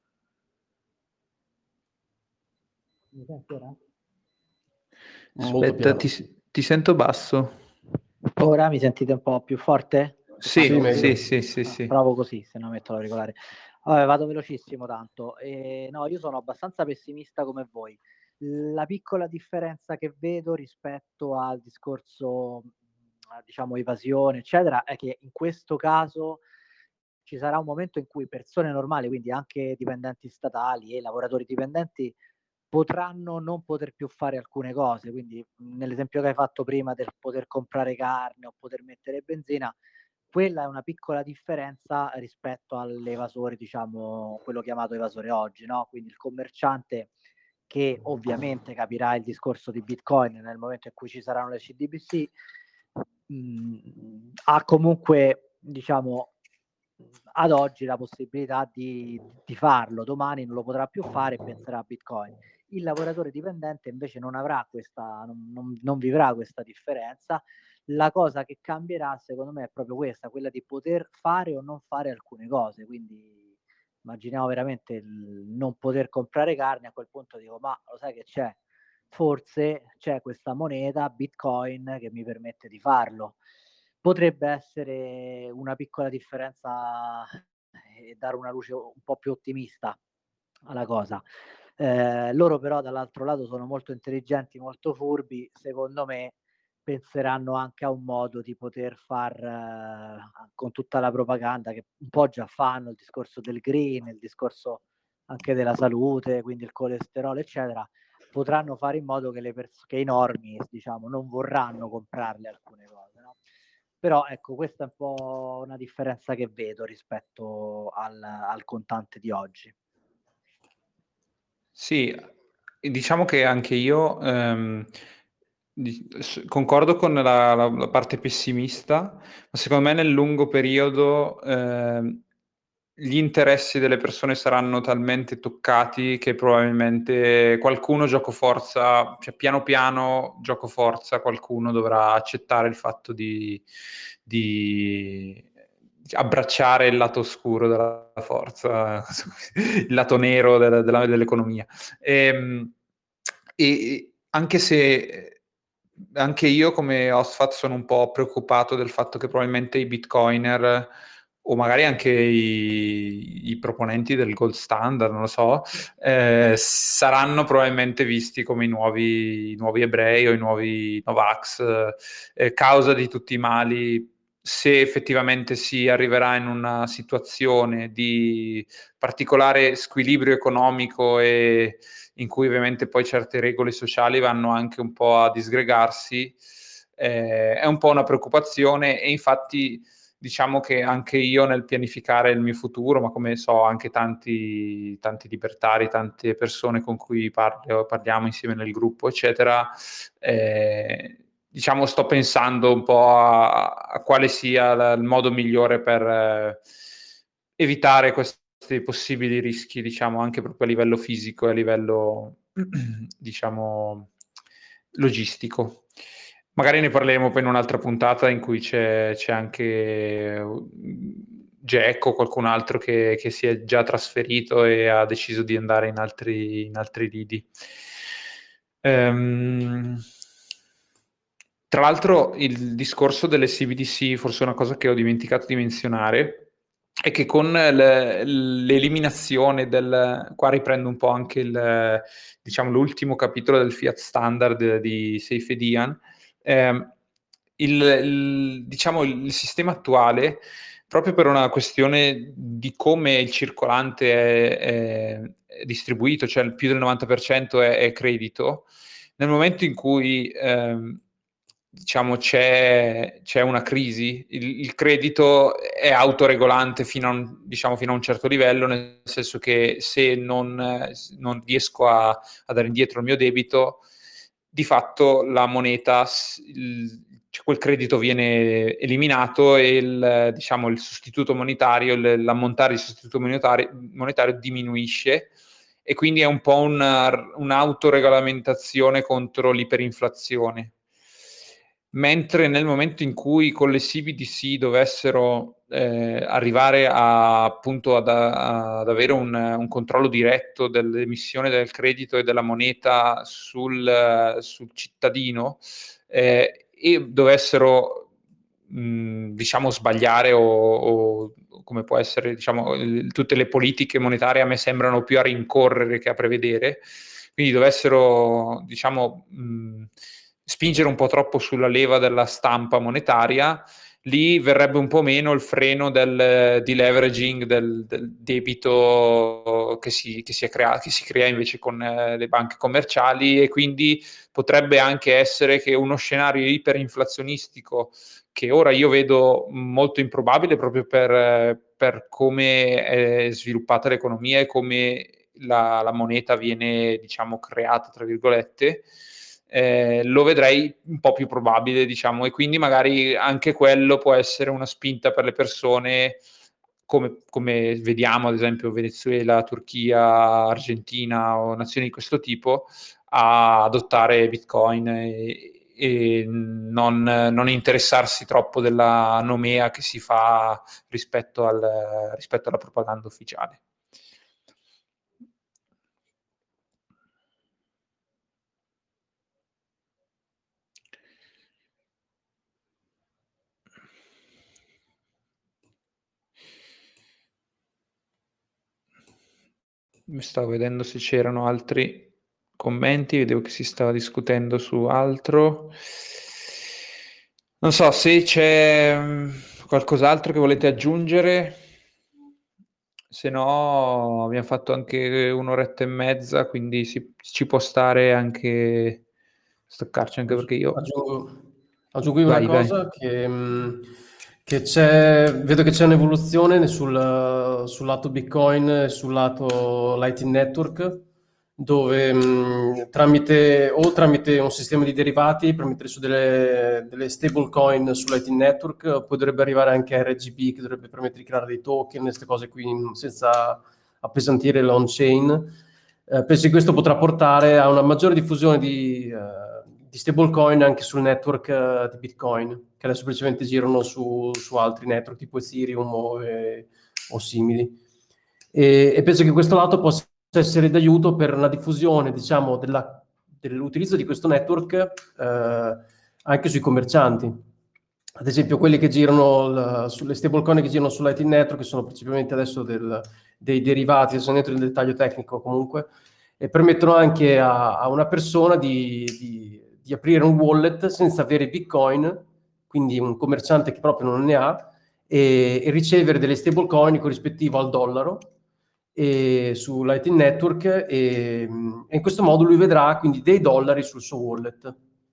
Speaker 4: Mi senti ora?
Speaker 1: Aspetta, ti sento basso.
Speaker 4: Ora mi sentite un po' più forte?
Speaker 1: Sì,
Speaker 2: Sì, meglio.
Speaker 1: sì.
Speaker 4: Provo così, se no metto l'auricolare. Vabbè, vado velocissimo tanto. No, io sono abbastanza pessimista come voi. La piccola differenza che vedo rispetto al discorso, diciamo, evasione, eccetera, è che in questo caso ci sarà un momento in cui persone normali, quindi anche dipendenti statali e lavoratori dipendenti, potranno non poter più fare alcune cose. Quindi nell'esempio che hai fatto prima del poter comprare carne o poter mettere benzina, quella è una piccola differenza rispetto all'evasore, diciamo, quello chiamato evasore oggi, no? Quindi il commerciante che ovviamente capirà il discorso di Bitcoin nel momento in cui ci saranno le CDBC, ha comunque, diciamo, ad oggi la possibilità di farlo, domani non lo potrà più fare e penserà a Bitcoin. Il lavoratore dipendente invece non avrà questa, non vivrà questa differenza. La cosa che cambierà, secondo me, è proprio questa, quella di poter fare o non fare alcune cose. Quindi immaginiamo veramente il non poter comprare carne, a quel punto dico, ma lo sai che c'è? Forse c'è questa moneta, Bitcoin, che mi permette di farlo. Potrebbe essere una piccola differenza e dare una luce un po' più ottimista alla cosa. Loro però dall'altro lato sono molto intelligenti, molto furbi, secondo me penseranno anche a un modo di poter far, con tutta la propaganda che un po' già fanno, il discorso del green, il discorso anche della salute, quindi il colesterolo, eccetera, potranno fare in modo che che i normi, diciamo, non vorranno comprarle alcune cose, no? Però ecco, questa è un po' una differenza che vedo rispetto al contante di oggi.
Speaker 1: Sì, diciamo che anche io concordo con la parte pessimista, ma secondo me nel lungo periodo gli interessi delle persone saranno talmente toccati che probabilmente qualcuno giocoforza, cioè piano piano giocoforza, qualcuno dovrà accettare il fatto di abbracciare il lato oscuro della forza, il lato nero dell'economia. E anche se anche io come Osfat sono un po' preoccupato del fatto che probabilmente i bitcoiner o magari anche i proponenti del gold standard, non lo so, saranno probabilmente visti come i nuovi ebrei o i nuovi Novax, causa di tutti i mali, se effettivamente si arriverà in una situazione di particolare squilibrio economico e in cui ovviamente poi certe regole sociali vanno anche un po' a disgregarsi, è un po' una preoccupazione, e infatti diciamo che anche io nel pianificare il mio futuro, ma come so anche tanti libertari, tante persone con cui parliamo insieme nel gruppo, eccetera, diciamo sto pensando un po' a quale sia il modo migliore per evitare questi possibili rischi, diciamo, anche proprio a livello fisico e a livello, diciamo, logistico. Magari ne parleremo poi in un'altra puntata in cui c'è anche Jack o qualcun altro che si è già trasferito e ha deciso di andare in altri lidi. Tra l'altro il discorso delle CBDC, forse una cosa che ho dimenticato di menzionare, è che con l'eliminazione qua riprendo un po' anche diciamo, l'ultimo capitolo del Fiat Standard di Saifedian, diciamo, il sistema attuale, proprio per una questione di come il circolante è distribuito, cioè più del 90% è credito, nel momento in cui diciamo c'è una crisi. Il credito è autoregolante fino a un certo livello, nel senso che se non riesco a dare indietro il mio debito, di fatto la moneta, quel credito viene eliminato e il sostituto monetario, l'ammontare di sostituto monetario diminuisce, e quindi è un po' un'autoregolamentazione contro l'iperinflazione. Mentre nel momento in cui con le CBDC dovessero arrivare appunto ad avere un controllo diretto dell'emissione del credito e della moneta sul cittadino, e dovessero sbagliare o come può essere, tutte le politiche monetarie a me sembrano più a rincorrere che a prevedere, quindi dovessero spingere un po' troppo sulla leva della stampa monetaria, lì verrebbe un po' meno il freno di leveraging del debito che si crea invece con le banche commerciali, e quindi potrebbe anche essere che uno scenario iperinflazionistico, che ora io vedo molto improbabile proprio per come è sviluppata l'economia e come la moneta viene, creata, tra virgolette, lo vedrei un po' più probabile, e quindi magari anche quello può essere una spinta per le persone, come vediamo ad esempio Venezuela, Turchia, Argentina o nazioni di questo tipo, a adottare Bitcoin e non interessarsi troppo della nomea che si fa rispetto alla propaganda ufficiale. Mi stavo vedendo se c'erano altri commenti, vedevo che si stava discutendo su altro. Non so se c'è qualcos'altro che volete aggiungere, se no abbiamo fatto anche un'oretta e mezza, quindi ci può stare anche staccarci, anche perché io...
Speaker 2: Aggiungo una cosa, che vedo che c'è un'evoluzione sul lato Bitcoin e sul lato Lightning Network, dove tramite un sistema di derivati per mettere su delle stablecoin su Lightning Network, poi dovrebbe arrivare anche RGB, che dovrebbe permettere di creare dei token, queste cose qui senza appesantire l'on-chain. Penso che questo potrà portare a una maggiore diffusione di stablecoin anche sul network di Bitcoin, che adesso semplicemente girano su altri network tipo Ethereum o simili. E penso che questo lato possa essere d'aiuto per la diffusione, dell'utilizzo di questo network anche sui commercianti. Ad esempio, quelli che girano sulle stablecoin che girano su Lightning Network, che sono principalmente adesso dei derivati, adesso non entro nel dettaglio tecnico comunque, e permettono anche a una persona di aprire un wallet senza avere Bitcoin, quindi un commerciante che proprio non ne ha, e ricevere delle stablecoin corrispettivo al dollaro su Lightning Network, e in questo modo lui vedrà quindi dei dollari sul suo wallet.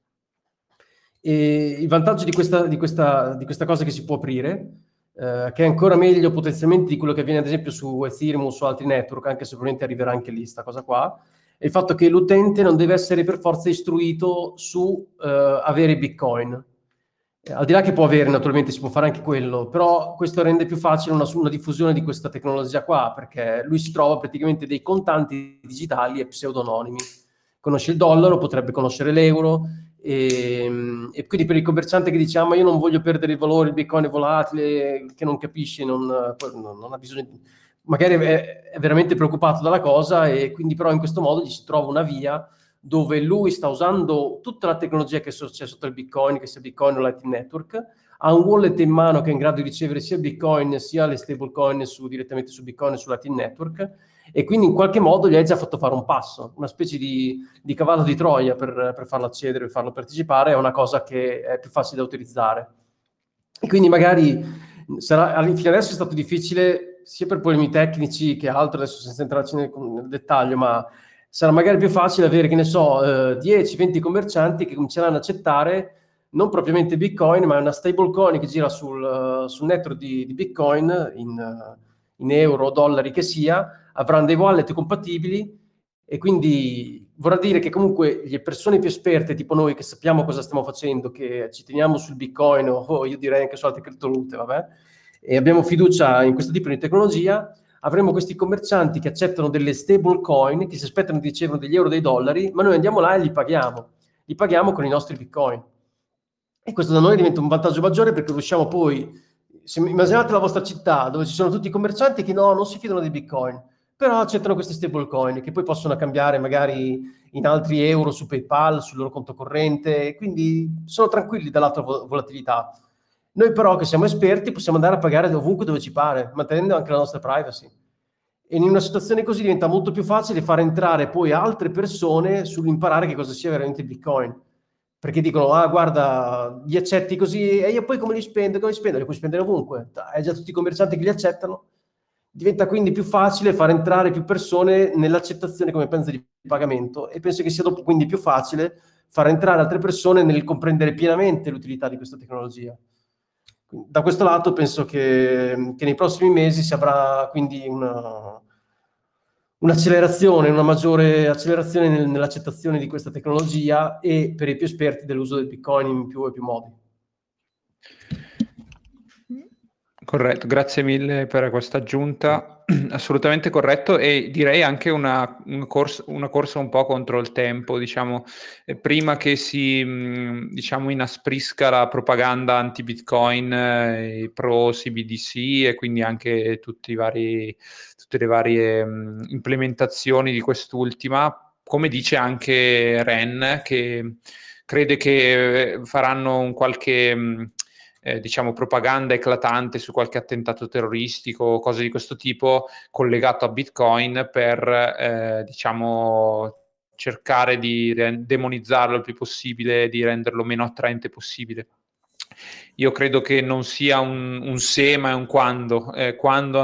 Speaker 2: E il vantaggio di questa cosa che si può aprire, che è ancora meglio potenzialmente di quello che avviene ad esempio su Ethereum o su altri network, anche se probabilmente arriverà anche lì sta cosa qua, è il fatto che l'utente non deve essere per forza istruito su avere Bitcoin. Al di là che può avere, naturalmente si può fare anche quello, però questo rende più facile una diffusione di questa tecnologia qua, perché lui si trova praticamente dei contanti digitali e pseudonimi. Conosce il dollaro, potrebbe conoscere l'euro, e quindi per il commerciante che diciamo io non voglio perdere il valore, il Bitcoin è volatile, che non capisce, non ha bisogno, magari è veramente preoccupato dalla cosa, e quindi però in questo modo gli si trova una via dove lui sta usando tutta la tecnologia che c'è sotto il Bitcoin, che sia Bitcoin o Lightning Network, ha un wallet in mano che è in grado di ricevere sia Bitcoin sia le stablecoin direttamente su Bitcoin e su Lightning Network, e quindi in qualche modo gli hai già fatto fare un passo, una specie di cavallo di Troia per farlo accedere, per farlo partecipare, è una cosa che è più facile da utilizzare. E quindi magari fino adesso è stato difficile sia per problemi tecnici che altro, adesso senza entrarci nel dettaglio, ma sarà magari più facile avere, che ne so, 10-20 commercianti che cominceranno ad accettare non propriamente Bitcoin, ma è una stablecoin che gira sul network di Bitcoin in euro, dollari che sia, avranno dei wallet compatibili, e quindi vorrà dire che comunque le persone più esperte, tipo noi, che sappiamo cosa stiamo facendo, che ci teniamo sul Bitcoin o io direi anche su altre criptovalute, vabbè, e abbiamo fiducia in questo tipo di tecnologia, avremo questi commercianti che accettano delle stable coin, che si aspettano di ricevere degli euro, dei dollari, ma noi andiamo là e li paghiamo con i nostri Bitcoin. E questo da noi diventa un vantaggio maggiore, perché riusciamo poi, immaginate la vostra città dove ci sono tutti i commercianti che non si fidano dei Bitcoin, però accettano queste stablecoin che poi possono cambiare magari in altri euro su PayPal, sul loro conto corrente, quindi sono tranquilli dall'altra volatilità. Noi però, che siamo esperti, possiamo andare a pagare ovunque dove ci pare, mantenendo anche la nostra privacy. E in una situazione così diventa molto più facile far entrare poi altre persone sull'imparare che cosa sia veramente Bitcoin. Perché dicono, guarda, li accetti così, e io poi come li spendo? Come li spendo? Li puoi spendere ovunque. Hai già tutti i commercianti che li accettano. Diventa quindi più facile far entrare più persone nell'accettazione come mezzo di pagamento, e penso che sia dopo quindi più facile far entrare altre persone nel comprendere pienamente l'utilità di questa tecnologia. Da questo lato penso che nei prossimi mesi si avrà quindi un'accelerazione, una maggiore accelerazione nell'accettazione di questa tecnologia, e per i più esperti dell'uso del Bitcoin in più e più modi.
Speaker 1: Corretto, grazie mille per questa aggiunta, assolutamente corretto, e direi anche una corsa un po' contro il tempo, diciamo, prima che si diciamo inasprisca la propaganda anti-Bitcoin, pro CBDC, e quindi anche tutte le varie implementazioni di quest'ultima, come dice anche Ren, che crede che faranno un qualche diciamo propaganda eclatante su qualche attentato terroristico o cose di questo tipo collegato a Bitcoin, per diciamo cercare di demonizzarlo il più possibile, di renderlo meno attraente possibile. Io credo che non sia un se, ma è un quando. Quando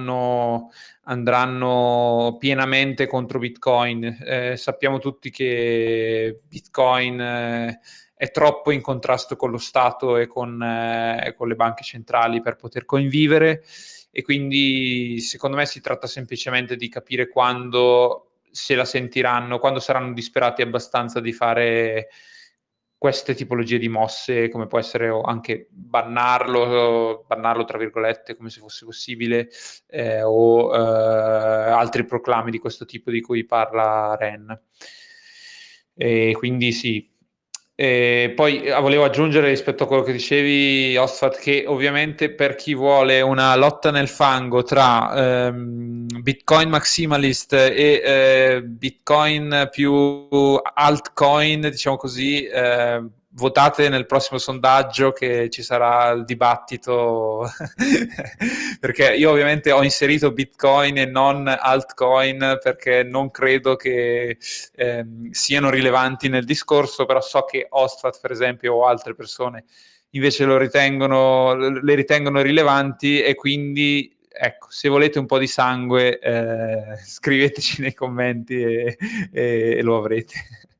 Speaker 1: andranno pienamente contro Bitcoin. Sappiamo tutti che Bitcoin è troppo in contrasto con lo Stato e con le banche centrali per poter convivere, e quindi secondo me si tratta semplicemente di capire quando se la sentiranno, quando saranno disperati abbastanza di fare queste tipologie di mosse, come può essere anche bannarlo tra virgolette, come se fosse possibile, o altri proclami di questo tipo di cui parla Ren. E quindi sì. Poi volevo aggiungere rispetto a quello che dicevi, Osfat, che ovviamente per chi vuole una lotta nel fango tra Bitcoin maximalist e Bitcoin più altcoin, diciamo così, votate nel prossimo sondaggio che ci sarà il dibattito perché io ovviamente ho inserito Bitcoin e non altcoin perché non credo che siano rilevanti nel discorso, però so che Ostfat per esempio o altre persone invece le ritengono rilevanti, e quindi ecco, se volete un po' di sangue scriveteci nei commenti e lo avrete.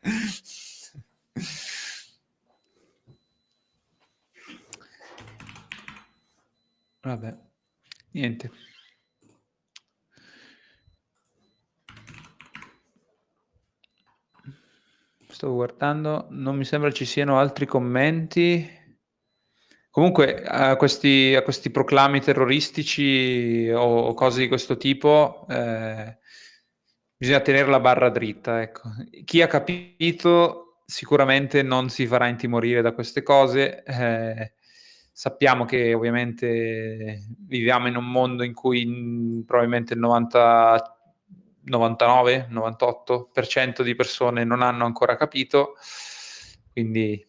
Speaker 1: Vabbè, niente. Sto guardando, non mi sembra ci siano altri commenti. Comunque a questi proclami terroristici o cose di questo tipo bisogna tenere la barra dritta, ecco. Chi ha capito sicuramente non si farà intimorire da queste cose. Sappiamo che ovviamente viviamo in un mondo in cui probabilmente il 99-98% di persone non hanno ancora capito, quindi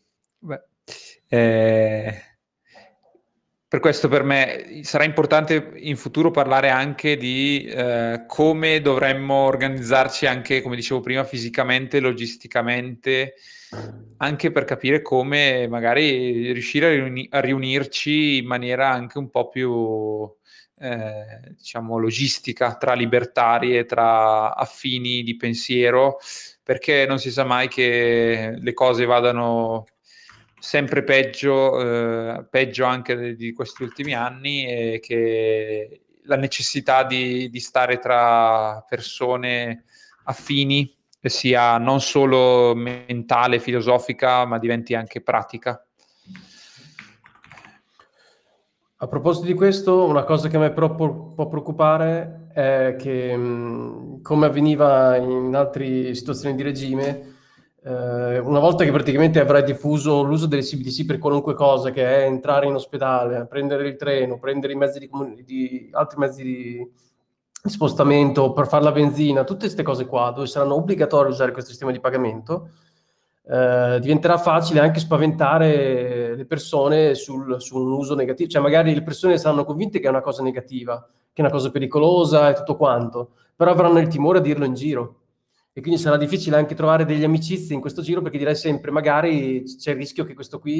Speaker 1: per questo per me sarà importante in futuro parlare anche di come dovremmo organizzarci anche, come dicevo prima, fisicamente, logisticamente, anche per capire come magari riuscire a riunirci in maniera anche un po' più diciamo logistica, tra libertari e tra affini di pensiero, perché non si sa mai che le cose vadano sempre peggio anche di questi ultimi anni, e che la necessità di stare tra persone affini sia non solo mentale, filosofica, ma diventi anche pratica.
Speaker 2: A proposito di questo, una cosa che a me però può preoccupare è che, come avveniva in altre situazioni di regime, una volta che praticamente avrai diffuso l'uso delle CBDC per qualunque cosa, che è entrare in ospedale, prendere il treno, prendere i mezzi altri mezzi di spostamento per fare la benzina, tutte queste cose qua, dove saranno obbligatori usare questo sistema di pagamento, diventerà facile anche spaventare le persone su un uso negativo. Cioè magari le persone saranno convinte che è una cosa negativa, che è una cosa pericolosa e tutto quanto, però avranno il timore a dirlo in giro. E quindi sarà difficile anche trovare degli amicizie in questo giro, perché direi sempre, magari c'è il rischio che questo qui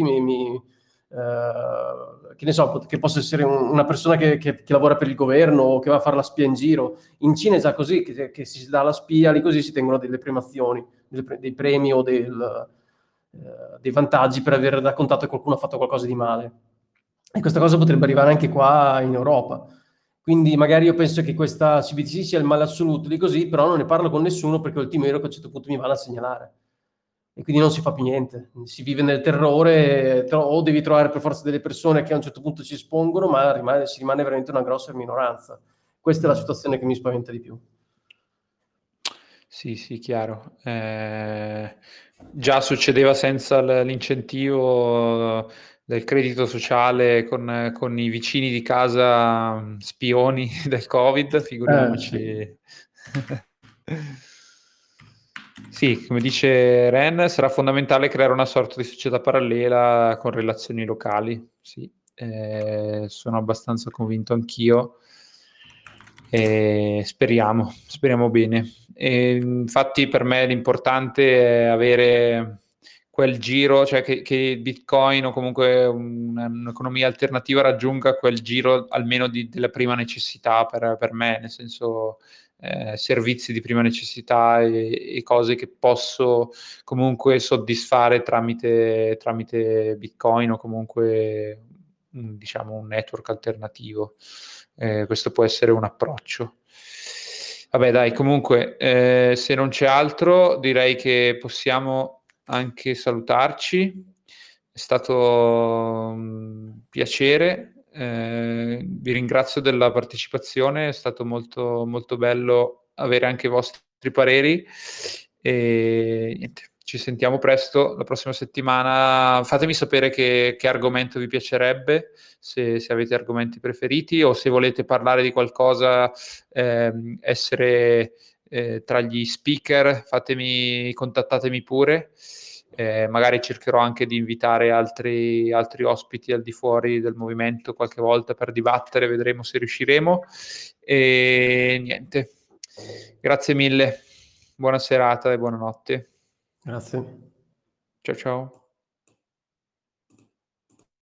Speaker 2: che ne so, che possa essere una persona che lavora per il governo o che va a fare la spia in giro. In Cina è già così, che si dà la spia, lì così si tengono delle premiazioni, dei premi o dei vantaggi per aver raccontato che qualcuno ha fatto qualcosa di male. E questa cosa potrebbe arrivare anche qua in Europa. Quindi magari io penso che questa CBDC sia il male assoluto di così, però non ne parlo con nessuno perché ho il timore che a un certo punto mi vanno a segnalare. E quindi non si fa più niente. Si vive nel terrore, o devi trovare per forza delle persone che a un certo punto ci espongono, ma si rimane veramente una grossa minoranza. Questa è la situazione che mi spaventa di più.
Speaker 1: Sì, chiaro. Già succedeva senza l'incentivo del credito sociale con i vicini di casa spioni del Covid, figuriamoci. Sì, come dice Ren, sarà fondamentale creare una sorta di società parallela con relazioni locali. Sì, sono abbastanza convinto anch'io. Speriamo bene. Infatti per me l'importante è avere quel giro, cioè che Bitcoin o comunque un'economia alternativa raggiunga quel giro almeno della prima necessità per me, nel senso servizi di prima necessità e cose che posso comunque soddisfare tramite Bitcoin o comunque diciamo un network alternativo. Questo può essere un approccio. Vabbè, dai, comunque, se non c'è altro, direi che possiamo anche salutarci. È stato un piacere. Vi ringrazio della partecipazione, è stato molto, molto bello avere anche i vostri pareri. E niente, ci sentiamo presto la prossima settimana. Fatemi sapere che argomento vi piacerebbe, se avete argomenti preferiti o se volete parlare di qualcosa, essere tra gli speaker, contattatemi pure. Magari cercherò anche di invitare altri ospiti al di fuori del movimento qualche volta per dibattere, vedremo se riusciremo. E niente, grazie mille, buona serata e buonanotte.
Speaker 2: Grazie.
Speaker 1: Ciao ciao.